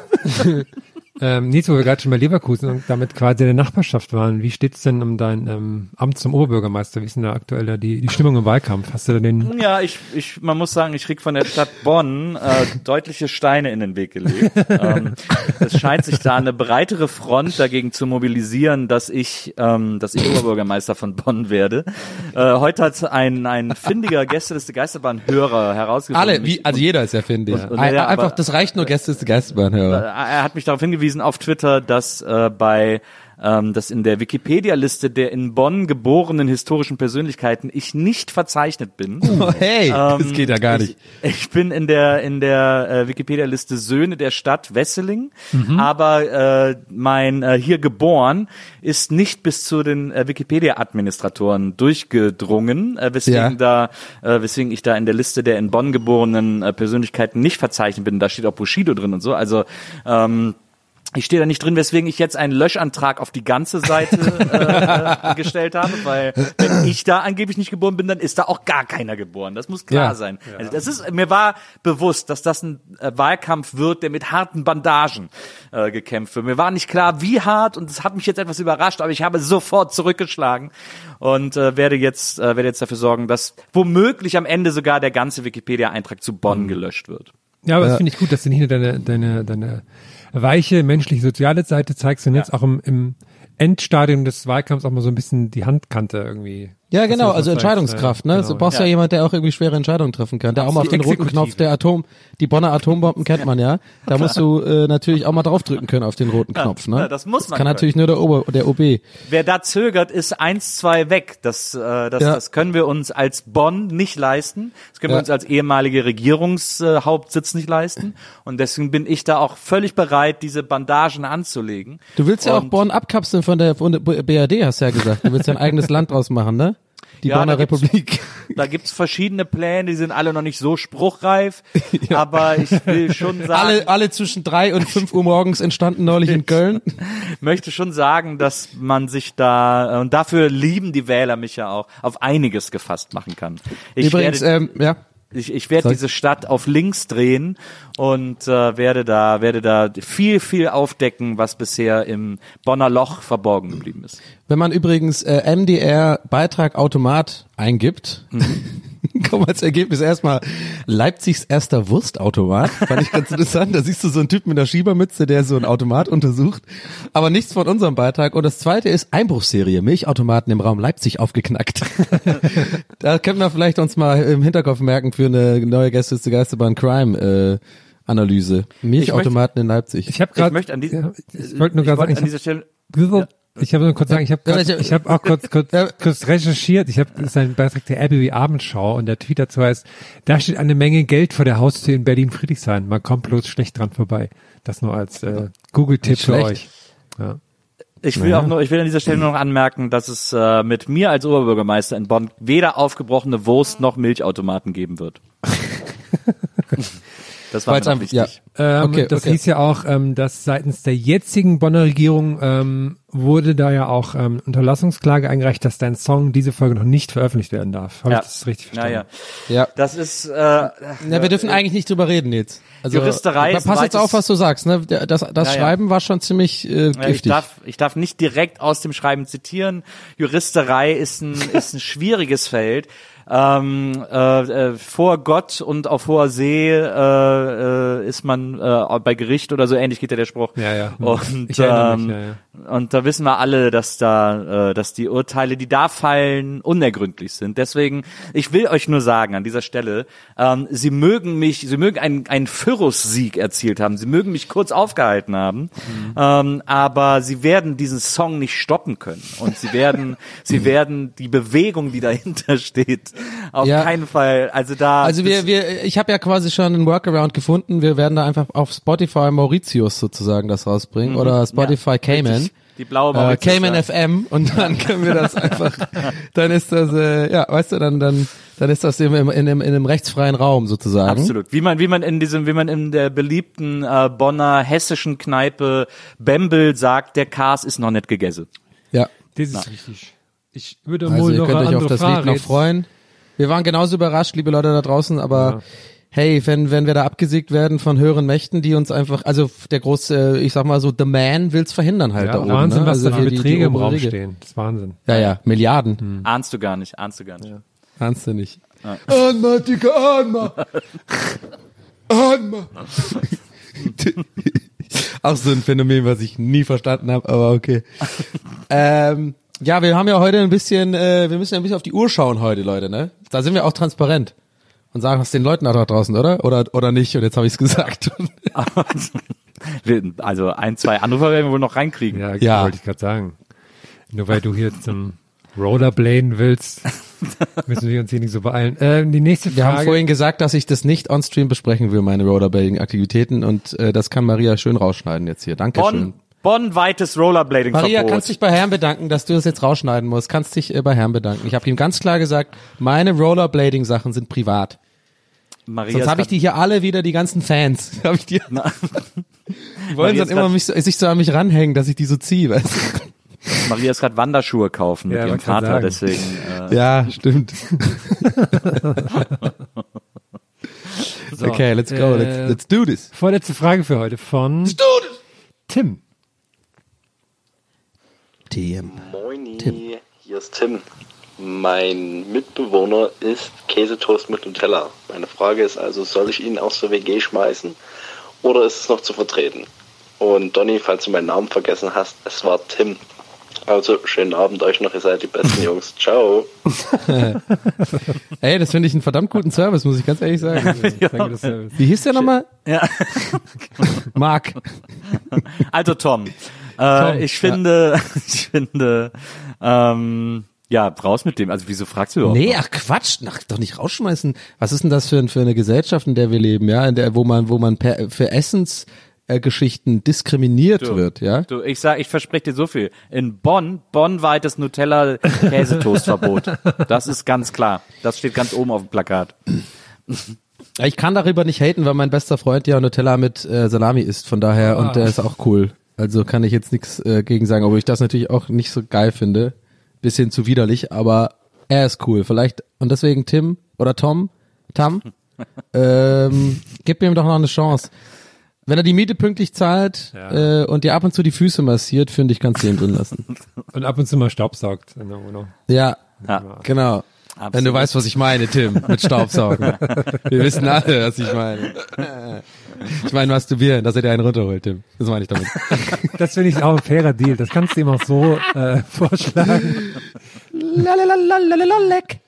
ähm, Nils, wo wir gerade schon bei Leverkusen und damit quasi in der Nachbarschaft waren, wie steht's denn um dein ähm, Amt zum Oberbürgermeister? Wie ist denn da aktuell da die, die Stimmung im Wahlkampf? Hast du da den... Ja, ich, ich, man muss sagen, ich krieg von der Stadt Bonn äh, deutliche Steine in den Weg gelegt. ähm, es scheint sich da eine breitere Front dagegen zu mobilisieren, dass ich, ähm, dass ich Oberbürgermeister von Bonn werde. Äh, heute hat ein ein findiger Gästeliste Geisterbahn-Hörer herausgefunden. Alle, wie, also jeder ist ja findig. Und- und- Ein- ja, Einfach, aber- das reicht nur Gäste ist Geisterbahn-Hörer. Er hat mich darauf hingewiesen auf Twitter, dass äh, bei ähm, dass in der Wikipedia-Liste der in Bonn geborenen historischen Persönlichkeiten ich nicht verzeichnet bin. Oh, hey, das Ähm, geht ja gar nicht. Ich, ich bin in der in der äh, Wikipedia-Liste Söhne der Stadt Wesseling, Mhm. aber äh, mein äh, hier geboren ist nicht bis zu den äh, Wikipedia-Administratoren durchgedrungen, äh, weswegen Ja. da äh, weswegen ich da in der Liste der in Bonn geborenen äh, Persönlichkeiten nicht verzeichnet bin. Da steht auch Bushido drin und so. Also ähm, ich stehe da nicht drin, weswegen ich jetzt einen Löschantrag auf die ganze Seite äh, gestellt habe, weil wenn ich da angeblich nicht geboren bin, dann ist da auch gar keiner geboren. Das muss klar Ja. sein. Also das ist, mir war bewusst, dass das ein äh, Wahlkampf wird, der mit harten Bandagen äh, gekämpft wird. Mir war nicht klar, wie hart, und es hat mich jetzt etwas überrascht, aber ich habe sofort zurückgeschlagen und äh, werde jetzt äh, werde jetzt dafür sorgen, dass womöglich am Ende sogar der ganze Wikipedia-Eintrag zu Bonn gelöscht wird. Ja, aber Ja. das finde ich gut, dass du nicht nur deine, deine, deine weiche, menschliche, soziale Seite zeigst, sondern Ja. jetzt auch im, im Endstadium des Wahlkampfs auch mal so ein bisschen die Handkante irgendwie Ja, genau, also Entscheidungskraft, ne? Genau. Du brauchst Ja. ja jemand, der auch irgendwie schwere Entscheidungen treffen kann. Der auch mal auf den roten Exekutive. Knopf der Atom, die Bonner Atombomben kennt man ja. Da musst du äh, natürlich auch mal draufdrücken können auf den roten Knopf, ne? Ja, das muss man kann können. natürlich nur der, Ober, der O B. Wer da zögert, ist eins, zwei weg. Das, äh, das, Ja. das können wir uns als Bonn nicht leisten. Das können wir Ja. uns als ehemalige Regierungshauptsitz nicht leisten. Und deswegen bin ich da auch völlig bereit, diese Bandagen anzulegen. Du willst ja auch Und- Bonn abkapseln von der, von der B R D, hast du ja gesagt. Du willst ja ein eigenes Land draus machen, ne? Die Ja, Bonner da gibt's- Republik. Da gibt's verschiedene Pläne, die sind alle noch nicht so spruchreif. Aber ich will schon sagen, Alle, alle zwischen drei und fünf Uhr morgens entstanden neulich in Köln. möchte schon sagen, dass man sich da, und dafür lieben die Wähler mich ja auch, auf einiges gefasst machen kann. Ich Übrigens, werde, ähm, ja. Ich, ich werde Soll- diese Stadt auf links drehen und äh, werde da werde da viel viel aufdecken, was bisher im Bonner Loch verborgen geblieben ist. Wenn man übrigens äh, M D R Beitrag Automat eingibt, kommt als Ergebnis erstmal Leipzigs erster Wurstautomat. Fand ich ganz interessant. Da siehst du so einen Typ mit einer Schiebermütze, der so einen Automat untersucht. Aber nichts von unserem Beitrag. Und das zweite ist Einbruchsserie. Milchautomaten im Raum Leipzig aufgeknackt. Da können wir vielleicht uns mal im Hinterkopf merken für eine neue Gäste zu Geisterbahn Crime äh, Analyse. Milchautomaten in Leipzig. Ich habe Ich gerade, möchte an, die, ja, ich wollte nur ich gerade wollte sagen, an dieser Stelle ich, ich habe nur kurz sagen, ich habe Ja, grad, ich- ich habe auch kurz, kurz, kurz recherchiert. Ich habe seinen Beitrag der R B B Abendschau und der Tweet dazu heißt: Da steht eine Menge Geld vor der Haustür in Berlin-Friedrichshain. Man kommt bloß schlecht dran vorbei. Das nur als äh, Google-Tipp Nicht für schlecht. euch. Ja. Ich will auch nur, ich will an dieser Stelle nur noch anmerken, dass es äh, mit mir als Oberbürgermeister in Bonn weder aufgebrochene Wurst noch Milchautomaten geben wird. Das war mir Weil's noch einfach- wichtig. ja. Ähm, Okay, das okay. hieß ja auch, ähm, dass seitens der jetzigen Bonner Regierung ähm, wurde da ja auch ähm, Unterlassungsklage eingereicht, dass dein Song diese Folge noch nicht veröffentlicht werden darf. Habe Ja. ich das richtig Ja, verstanden? ja. Ja. Das ist äh, Ja, wir dürfen eigentlich nicht drüber reden jetzt. Also, Juristerei ist pass ein jetzt weites- auf, was du sagst. Ne? Das, das Ja, ja. Schreiben war schon ziemlich äh, Ja, ich giftig. darf, ich darf nicht direkt aus dem Schreiben zitieren. Juristerei ist ein, ist ein schwieriges Feld. Ähm, äh, äh, vor Gott und auf hoher See äh, äh, ist man äh, bei Gericht oder so ähnlich geht ja der Spruch. Ja, ja. Und, Ich erinnere mich, ähm, ja, ja. und da wissen wir alle, dass da, äh, dass die Urteile, die da fallen, unergründlich sind. Deswegen, ich will euch nur sagen an dieser Stelle, ähm, sie mögen mich, sie mögen einen, einen Pyrrhus-Sieg erzielt haben, sie mögen mich kurz aufgehalten haben, Mhm. ähm, aber sie werden diesen Song nicht stoppen können und sie werden, sie werden die Bewegung, die dahinter steht, auf Ja. keinen Fall. Also da. Also wir, wir, ich habe ja quasi schon einen Workaround gefunden. Wir werden da einfach auf Spotify Mauritius sozusagen das rausbringen oder Spotify Ja, Cayman. richtig. Die blaue Äh, Mauritius, Cayman ja. F M und dann können wir das einfach, dann ist das, äh, ja, weißt du, dann, dann, dann ist das im, im, in, einem, in einem rechtsfreien Raum sozusagen. Absolut. Wie man, wie man in diesem, wie man in der beliebten äh, Bonner hessischen Kneipe Bembel sagt, der Kars ist noch nicht gegessen. Ja. Das ist richtig. Ich würde Also mal ihr noch könnt eine euch auf andere das Lied Frage noch jetzt- freuen. Wir waren genauso überrascht, liebe Leute da draußen, aber Ja. hey, wenn, wenn wir da abgesägt werden von höheren Mächten, die uns einfach, also der große, ich sag mal so, the man will's verhindern halt Ja, da oben. Wahnsinn, ne? was Also da für hier die- die Beträge im obere Raum Riege. stehen. Das ist Wahnsinn. Ja, ja, Milliarden. Hm. Ahnst du gar nicht, ahnst du gar nicht. Ahnst du nicht. Anma, Digga, Anma. Anma. Auch so ein Phänomen, was ich nie verstanden habe, aber okay. ähm, ja, wir haben ja heute ein bisschen, äh, wir müssen ja ein bisschen auf die Uhr schauen heute, Leute, ne? Da sind wir auch transparent und sagen das den Leuten da draußen, oder? Oder oder nicht? Und jetzt habe ich es gesagt. Also ein, zwei Anrufer werden wir wohl noch reinkriegen. Ja, Ja. wollte ich gerade sagen. Nur weil du hier zum Rollerbladen willst, müssen wir uns hier nicht so beeilen. Ähm, die nächste Frage. Wir haben vorhin gesagt, dass ich das nicht on-stream besprechen will, meine Rollerblading-Aktivitäten, und äh, das kann Maria schön rausschneiden jetzt hier. Dankeschön. Bonn, Bonn-weites Rollerblading-Verbot. Maria, kannst dich bei Herrn bedanken, dass du das jetzt rausschneiden musst. Kannst dich äh, bei Herrn bedanken. Ich habe ihm ganz klar gesagt, meine Rollerblading-Sachen sind privat. Maria Sonst ist habe ich grad- die hier alle wieder, die ganzen Fans. Hab ich die, Na, die wollen Maria dann ist immer grad- mich so, sich so an mich ranhängen, dass ich die so ziehe. Weißt du? Maria ist gerade Wanderschuhe kaufen mit Ja, ihrem wollte grad Vater, sagen. deswegen. Äh, Ja, stimmt. So, Okay, let's go. äh, Let's, let's do this. Vorletzte Frage für heute von Tim. T M. Moini, Tim. hier ist Tim. Mein Mitbewohner isst Käsetoast mit Nutella. Meine Frage ist also, soll ich ihn aus der W G schmeißen oder ist es noch zu vertreten? Und Donny, falls du meinen Namen vergessen hast, es war Tim. Also, schönen Abend euch noch, ihr seid die besten Jungs. Ciao. Ey, das finde ich einen verdammt guten Service, muss ich ganz ehrlich sagen. Ja. Wie hieß der nochmal? Ja. Marc. Also Tom, äh, Tom, ich finde, ja. ich finde, ähm, ja, raus mit dem. Also wieso fragst du überhaupt? Nee, noch? ach Quatsch, ach, doch nicht rausschmeißen. Was ist denn das für, für eine Gesellschaft, in der wir leben, ja, in der, wo man, wo man per, für Essens Äh, Geschichten diskriminiert du, wird, ja? Du, ich sag, ich verspreche dir so viel. In Bonn, bonnweites Nutella-Käsetoastverbot. Das ist ganz klar. Das steht ganz oben auf dem Plakat. Ich kann darüber nicht haten, weil mein bester Freund ja Nutella mit äh, Salami isst, von daher, ah. und der ist auch cool. Also kann ich jetzt nichts äh, gegen sagen, obwohl ich das natürlich auch nicht so geil finde. Bisschen zu widerlich, aber er ist cool. Vielleicht, und deswegen Tim oder Tom, Tam, ähm, gib ihm doch noch eine Chance. Wenn er die Miete pünktlich zahlt ja. äh, und dir ab und zu die Füße massiert, finde ich, kannst du ihn drin lassen. Und ab und zu mal staubsaugt in der Wohnung. Ja, ja. genau. Absolut. Wenn du weißt, was ich meine, Tim, mit Staubsaugen. Wir wissen alle, was ich meine. Ich meine masturbieren, dass er dir einen runterholt, Tim. Das meine ich damit. Das finde ich auch ein fairer Deal. Das kannst du ihm auch so äh, vorschlagen. Lalalalalalaleck.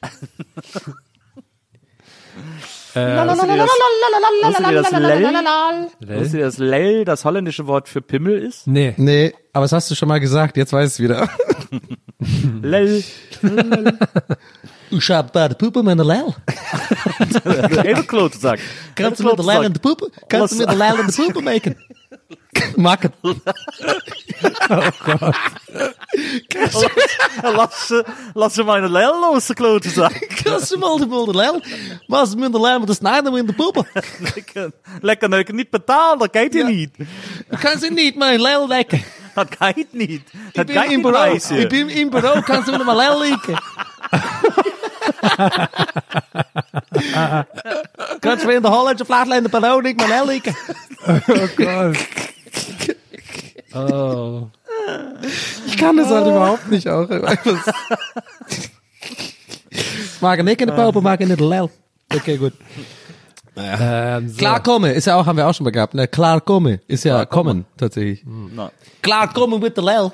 Wusstet ihr, dass Lell, wusstet ihr, dass Lell das holländische Wort für Pimmel ist? Nee. Nee, aber das hast du schon mal gesagt, jetzt weiß ich es wieder. Lell. Ich hab da de Puppen met de Lel. Hele klote zak. Kannst du mit der Lel in de Puppen? Kannst du mit der Lel in de Puppen maken? Maken. Oh Gott. Lass, lass je meine Lel los, de klote zak. Kannst du mal de Lel? Was mit der Lel, met de snijden in de Puppen? Lekker, lekker neuken, niet betalen, dat geht je niet. Du kannst je niet mijn Lel lekken. Dat geht niet. Dat gaat niet bewijzen. Ik ben in bureau, kannst du mit mijn Lel lekken? Kannst du in de Hollandse Flatlijn de Bureau niet mijn Lel lekken? Oh Gott. Oh. Ich kann das halt überhaupt nicht auch. Mag ik in de Puppen, mag in de Lel. Okay, gut. Naja. Ähm, so. Klarkommen ist ja auch, haben wir auch schon mal gehabt, ne? Klarkommen ist ja kommen, tatsächlich. No. Klarkommen mit der Lel.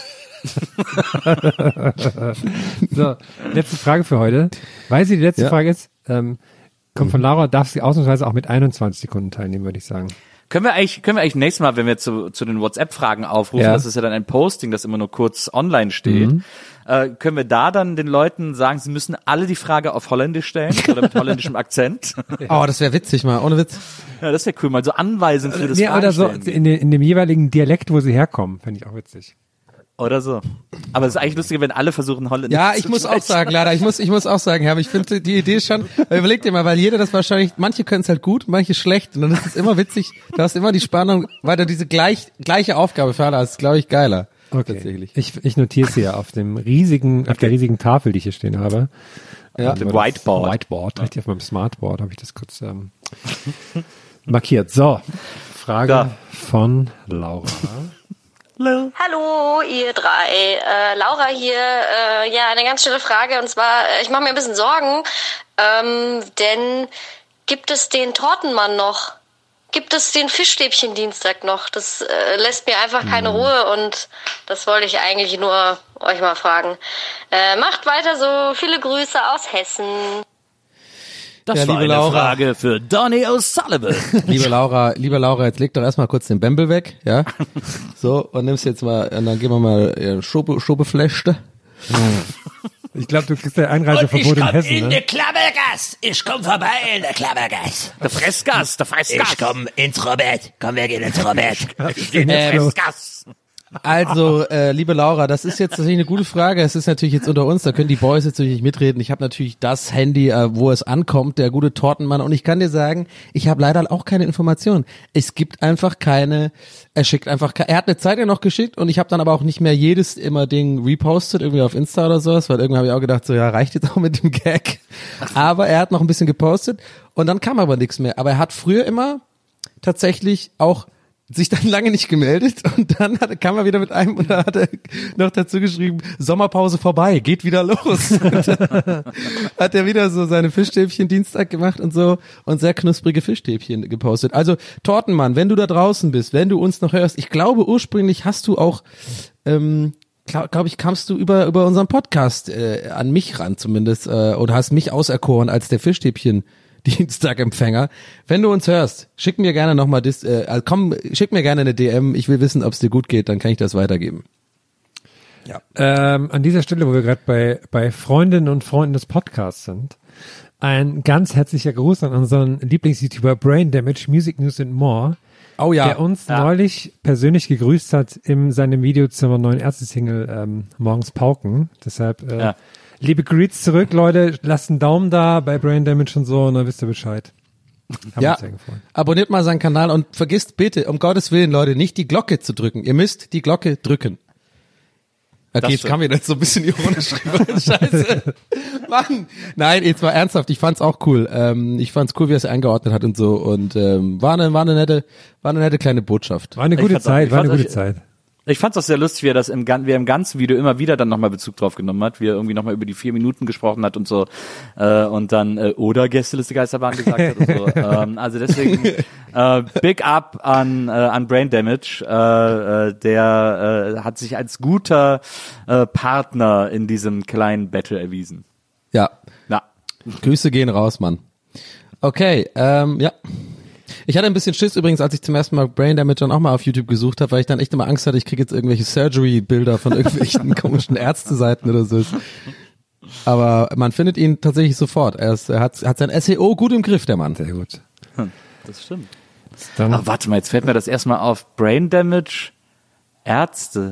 So, letzte Frage für heute. Weil sie die letzte ja. Frage ist, ähm, kommt von Laura, darf sie ausnahmsweise auch mit einundzwanzig Sekunden teilnehmen, würde ich sagen. Können wir eigentlich, können wir eigentlich nächstes Mal, wenn wir zu, zu den WhatsApp-Fragen aufrufen, ja. das ist ja dann ein Posting, das immer nur kurz online steht, mhm. äh, können wir da dann den Leuten sagen, sie müssen alle die Frage auf Holländisch stellen oder mit holländischem Akzent? Oh, das wäre witzig mal, ohne Witz. Ja, das wäre cool, mal so Anweisungen für das ja, oder so in, in dem jeweiligen Dialekt, wo sie herkommen, fände ich auch witzig. Oder so. Aber es ist eigentlich lustiger, wenn alle versuchen, Holländisch ja, zu ich muss auch sagen, leider, ich muss, ich muss auch sagen, aber ich finde die Idee schon, überleg dir mal, weil jeder das wahrscheinlich, manche können es halt gut, manche schlecht, und dann ist es immer witzig, du hast immer die Spannung, weil du diese gleich, gleiche Aufgabe für alle hast, ist, glaube ich, geiler. Okay. Tatsächlich. Ich, ich notiere sie ja auf dem riesigen, okay. auf der riesigen Tafel, die ich hier stehen habe. Ja, dem Whiteboard. Whiteboard, richtig auf meinem Smartboard habe ich das kurz ähm, markiert. So, Frage ja. von Laura. Hello. Hallo, ihr drei. Äh, Laura hier. Äh, ja, eine ganz schnelle Frage. Und zwar, ich mache mir ein bisschen Sorgen, ähm, denn gibt es den Tortenmann noch? Gibt es den Fischstäbchen-Dienstag noch? Das äh, lässt mir einfach keine Ruhe und das wollte ich eigentlich nur euch mal fragen. Äh, macht weiter so. Viele Grüße aus Hessen. Das ja, war eine Laura. Frage für Donny O'Sullivan. Liebe Laura, liebe Laura, jetzt leg doch erstmal kurz den Bembel weg, ja? So, und nimmst jetzt mal, und dann gehen wir mal äh, Schobe, Schobeflechte. Ich glaube, du kriegst ja Einreiseverbot in Hessen, in ne? der Klappergas. Ich komm vorbei in der Klappergas. Der Fressgas, der Fressgas. Ich komm ins Robert. Komm, wir gehen ins Robert. In der Fressgas. Also, äh, liebe Laura, das ist jetzt tatsächlich eine gute Frage. Es ist natürlich jetzt unter uns, da können die Boys jetzt natürlich nicht mitreden. Ich habe natürlich das Handy, äh, wo es ankommt, der gute Tortenmann. Und ich kann dir sagen, ich habe leider auch keine Informationen. Es gibt einfach keine, er schickt einfach, er hat eine Zeit ja noch geschickt und ich habe dann aber auch nicht mehr jedes immer Ding repostet, irgendwie auf Insta oder sowas, weil irgendwann habe ich auch gedacht, so ja, reicht jetzt auch mit dem Gag. Aber er hat noch ein bisschen gepostet und dann kam aber nichts mehr. Aber er hat früher immer tatsächlich auch sich dann lange nicht gemeldet und dann hat, kam er wieder mit einem und da hat er noch dazu geschrieben, Sommerpause vorbei, geht wieder los. Hat er wieder so seine Fischstäbchen Dienstag gemacht und so und sehr knusprige Fischstäbchen gepostet. Also Tortenmann, wenn du da draußen bist, wenn du uns noch hörst, ich glaube ursprünglich hast du auch ähm, glaube glaub ich, kamst du über über unseren Podcast äh, an mich ran zumindest äh, oder hast mich auserkoren als der Fischstäbchen Dienstagempfänger. Wenn du uns hörst, schick mir gerne nochmal das, äh, also komm, schick mir gerne eine D M. Ich will wissen, ob es dir gut geht, dann kann ich das weitergeben. Ja. Ähm, an dieser Stelle, wo wir gerade bei bei Freundinnen und Freunden des Podcasts sind, ein ganz herzlicher Gruß an unseren Lieblings-YouTuber Brain Damage, Music News and More. Oh ja. Der uns ja. neulich persönlich gegrüßt hat in seinem Video zur neuen Ärzte-Single ähm, Morgens Pauken. Deshalb äh, ja. liebe Greets zurück, Leute. Lasst einen Daumen da bei Brain Damage und so und dann wisst ihr Bescheid. Haben ja, uns sehr gefreut. Abonniert mal seinen Kanal und vergisst bitte, um Gottes Willen, Leute, nicht die Glocke zu drücken. Ihr müsst die Glocke drücken. Okay, jetzt kam mir das so ein bisschen ironisch rüber. Scheiße. Mann. Nein, jetzt mal ernsthaft, ich fand's auch cool. Ähm, ich fand's cool, wie er es eingeordnet hat und so. Und ähm, war eine, war eine nette, war eine nette kleine Botschaft. War eine gute Zeit, auch, war eine gute euch, Zeit. Ich fand's auch sehr lustig, wie er das im, wie er im ganzen Video immer wieder dann nochmal Bezug drauf genommen hat, wie er irgendwie nochmal über die vier Minuten gesprochen hat und so, äh, und dann, äh, oder Gästeliste Geisterbahn gesagt hat und so. ähm, also deswegen, äh, big up an, äh, an Brain Damage, äh, äh, der, äh, hat sich als guter, äh, Partner in diesem kleinen Battle erwiesen. Ja. Na. Grüße gehen raus, Mann. Okay, ähm, ja. Ich hatte ein bisschen Schiss übrigens, als ich zum ersten Mal Brain Damage dann auch mal auf YouTube gesucht habe, weil ich dann echt immer Angst hatte, ich kriege jetzt irgendwelche Surgery-Bilder von irgendwelchen komischen Ärzteseiten oder so. Aber man findet ihn tatsächlich sofort. Er, ist, er hat, hat sein S E O gut im Griff, der Mann. Sehr gut. Hm, das stimmt. Dann Ach, warte mal, jetzt fällt mir das erstmal auf. Brain Damage, Ärzte.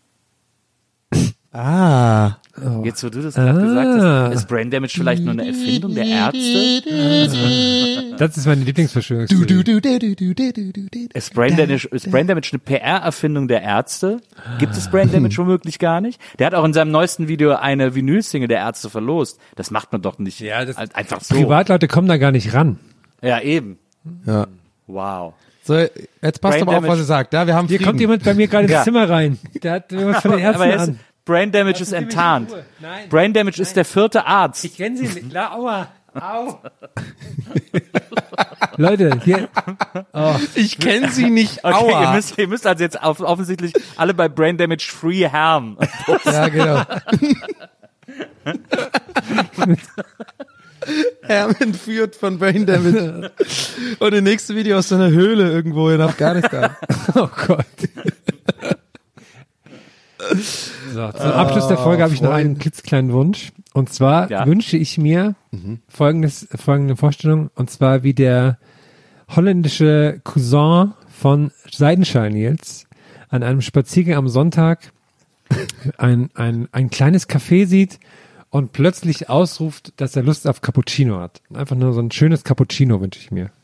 Ah. Oh. Jetzt, wo du das gerade ah. gesagt hast, ist Brain Damage vielleicht nur eine Erfindung der Ärzte? Das ist meine Lieblingsverschwörungstheorie. Ist Brain Damage, ist Brain Damage eine P R-Erfindung der Ärzte? Gibt es Brain Damage womöglich gar nicht? Der hat auch in seinem neuesten Video eine Vinyl-Single der Ärzte verlost. Das macht man doch nicht ja, das einfach so. Privatleute kommen da gar nicht ran. Ja, eben. Ja. Wow. So, jetzt passt aber auf, was er sagt. Ja, wir haben Hier Frieden. kommt jemand bei mir gerade ins ja. Zimmer rein. Der hat irgendwas von den Ärzten aber an. Brain Damage ist enttarnt. Brain Damage Nein. ist der vierte Arzt. Ich kenne sie nicht. La, aua. Au. Leute, hier. Oh. Ich kenne sie nicht. Okay, Aua. Ihr müsst, ihr müsst also jetzt auf, offensichtlich alle bei Brain Damage Free Herm. Ja, genau. Herm entführt von Brain Damage. Und das nächste Video aus so einer Höhle irgendwo in Afghanistan. Oh Gott. So, zum Abschluss der Folge habe ich noch einen klitzekleinen Wunsch. Und zwar ja. wünsche ich mir mhm. folgendes, folgende Vorstellung. Und zwar wie der holländische Cousin von Seidenschal Nils an einem Spaziergang am Sonntag ein, ein, ein kleines Café sieht und plötzlich ausruft, dass er Lust auf Cappuccino hat. Einfach nur so ein schönes Cappuccino wünsche ich mir.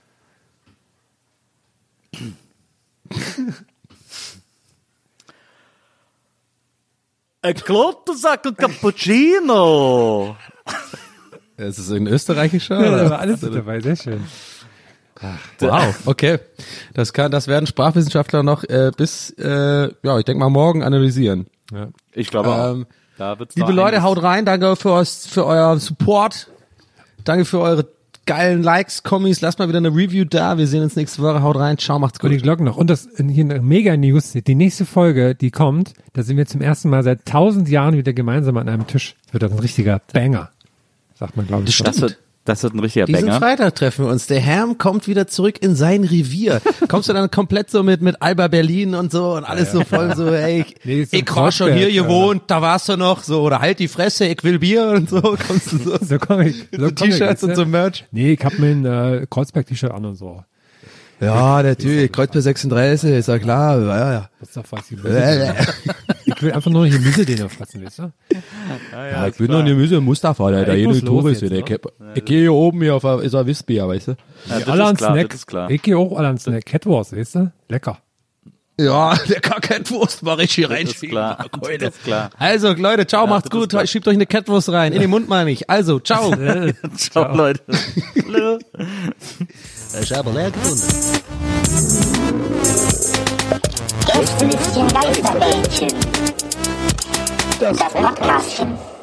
Ein klotter Sackel Cappuccino. Ist es ein österreichischer? Ja, da war alles mit dabei, sehr schön. Ach, wow, okay. Das kann, das werden Sprachwissenschaftler noch äh, bis, äh, ja, ich denke mal morgen analysieren. Ja. Ich glaube ähm, auch. Da wird's liebe Leute, haut rein. Danke für, für euren Support. Danke für eure geilen Likes, Kommis. Lasst mal wieder eine Review da. Wir sehen uns nächste Woche. Haut rein. Ciao, macht's gut. Und die Glocken noch. Und das hier eine Mega-News. Die nächste Folge, die kommt, da sind wir zum ersten Mal seit tausend Jahren wieder gemeinsam an einem Tisch. Das wird das ein richtiger Banger. Sagt man, glaube ich. Das, das wird, das wird ein richtiger Diesen Banger. Diesen Freitag treffen wir uns. Der Herm kommt wieder zurück in sein Revier. Kommst du dann komplett so mit, mit Alba Berlin und so und alles ja, ja. so voll so, ey, ich, nee, ich war schon hier gewohnt, da warst du noch, so, oder halt die Fresse, ich will Bier und so, kommst du so. So komm ich. So, so T-Shirts und so Merch. Nee, ich hab mir ein äh, Kreuzberg-T-Shirt an und so. Ja, natürlich, Kreuzberg sechsunddreißig, ist ja klar, ja, ja. Das ist doch was, ich will. Ich will einfach nur noch Gemüse den fressen, weißt du? Ja, ja, ich will noch Gemüse, Mustafa, der, der jene Tourist, der, ich, ich gehe hier oben hier auf der, ist ein Wissbier, weißt du? Ja, alle an Snack. Ich gehe auch alle an Snack. Catwurst, weißt du? Lecker. Ja, lecker Catwurst, mal richtig reinschieben. Das ist klar. Also, Leute, ciao, ja, macht's gut. Schiebt euch eine Catwurst rein. In den Mund meine ich. Also, ciao. ciao, ciao, Leute. Ich habe leer gefunden. Gästelistchen Geisterbällchen. Das Podcastchen.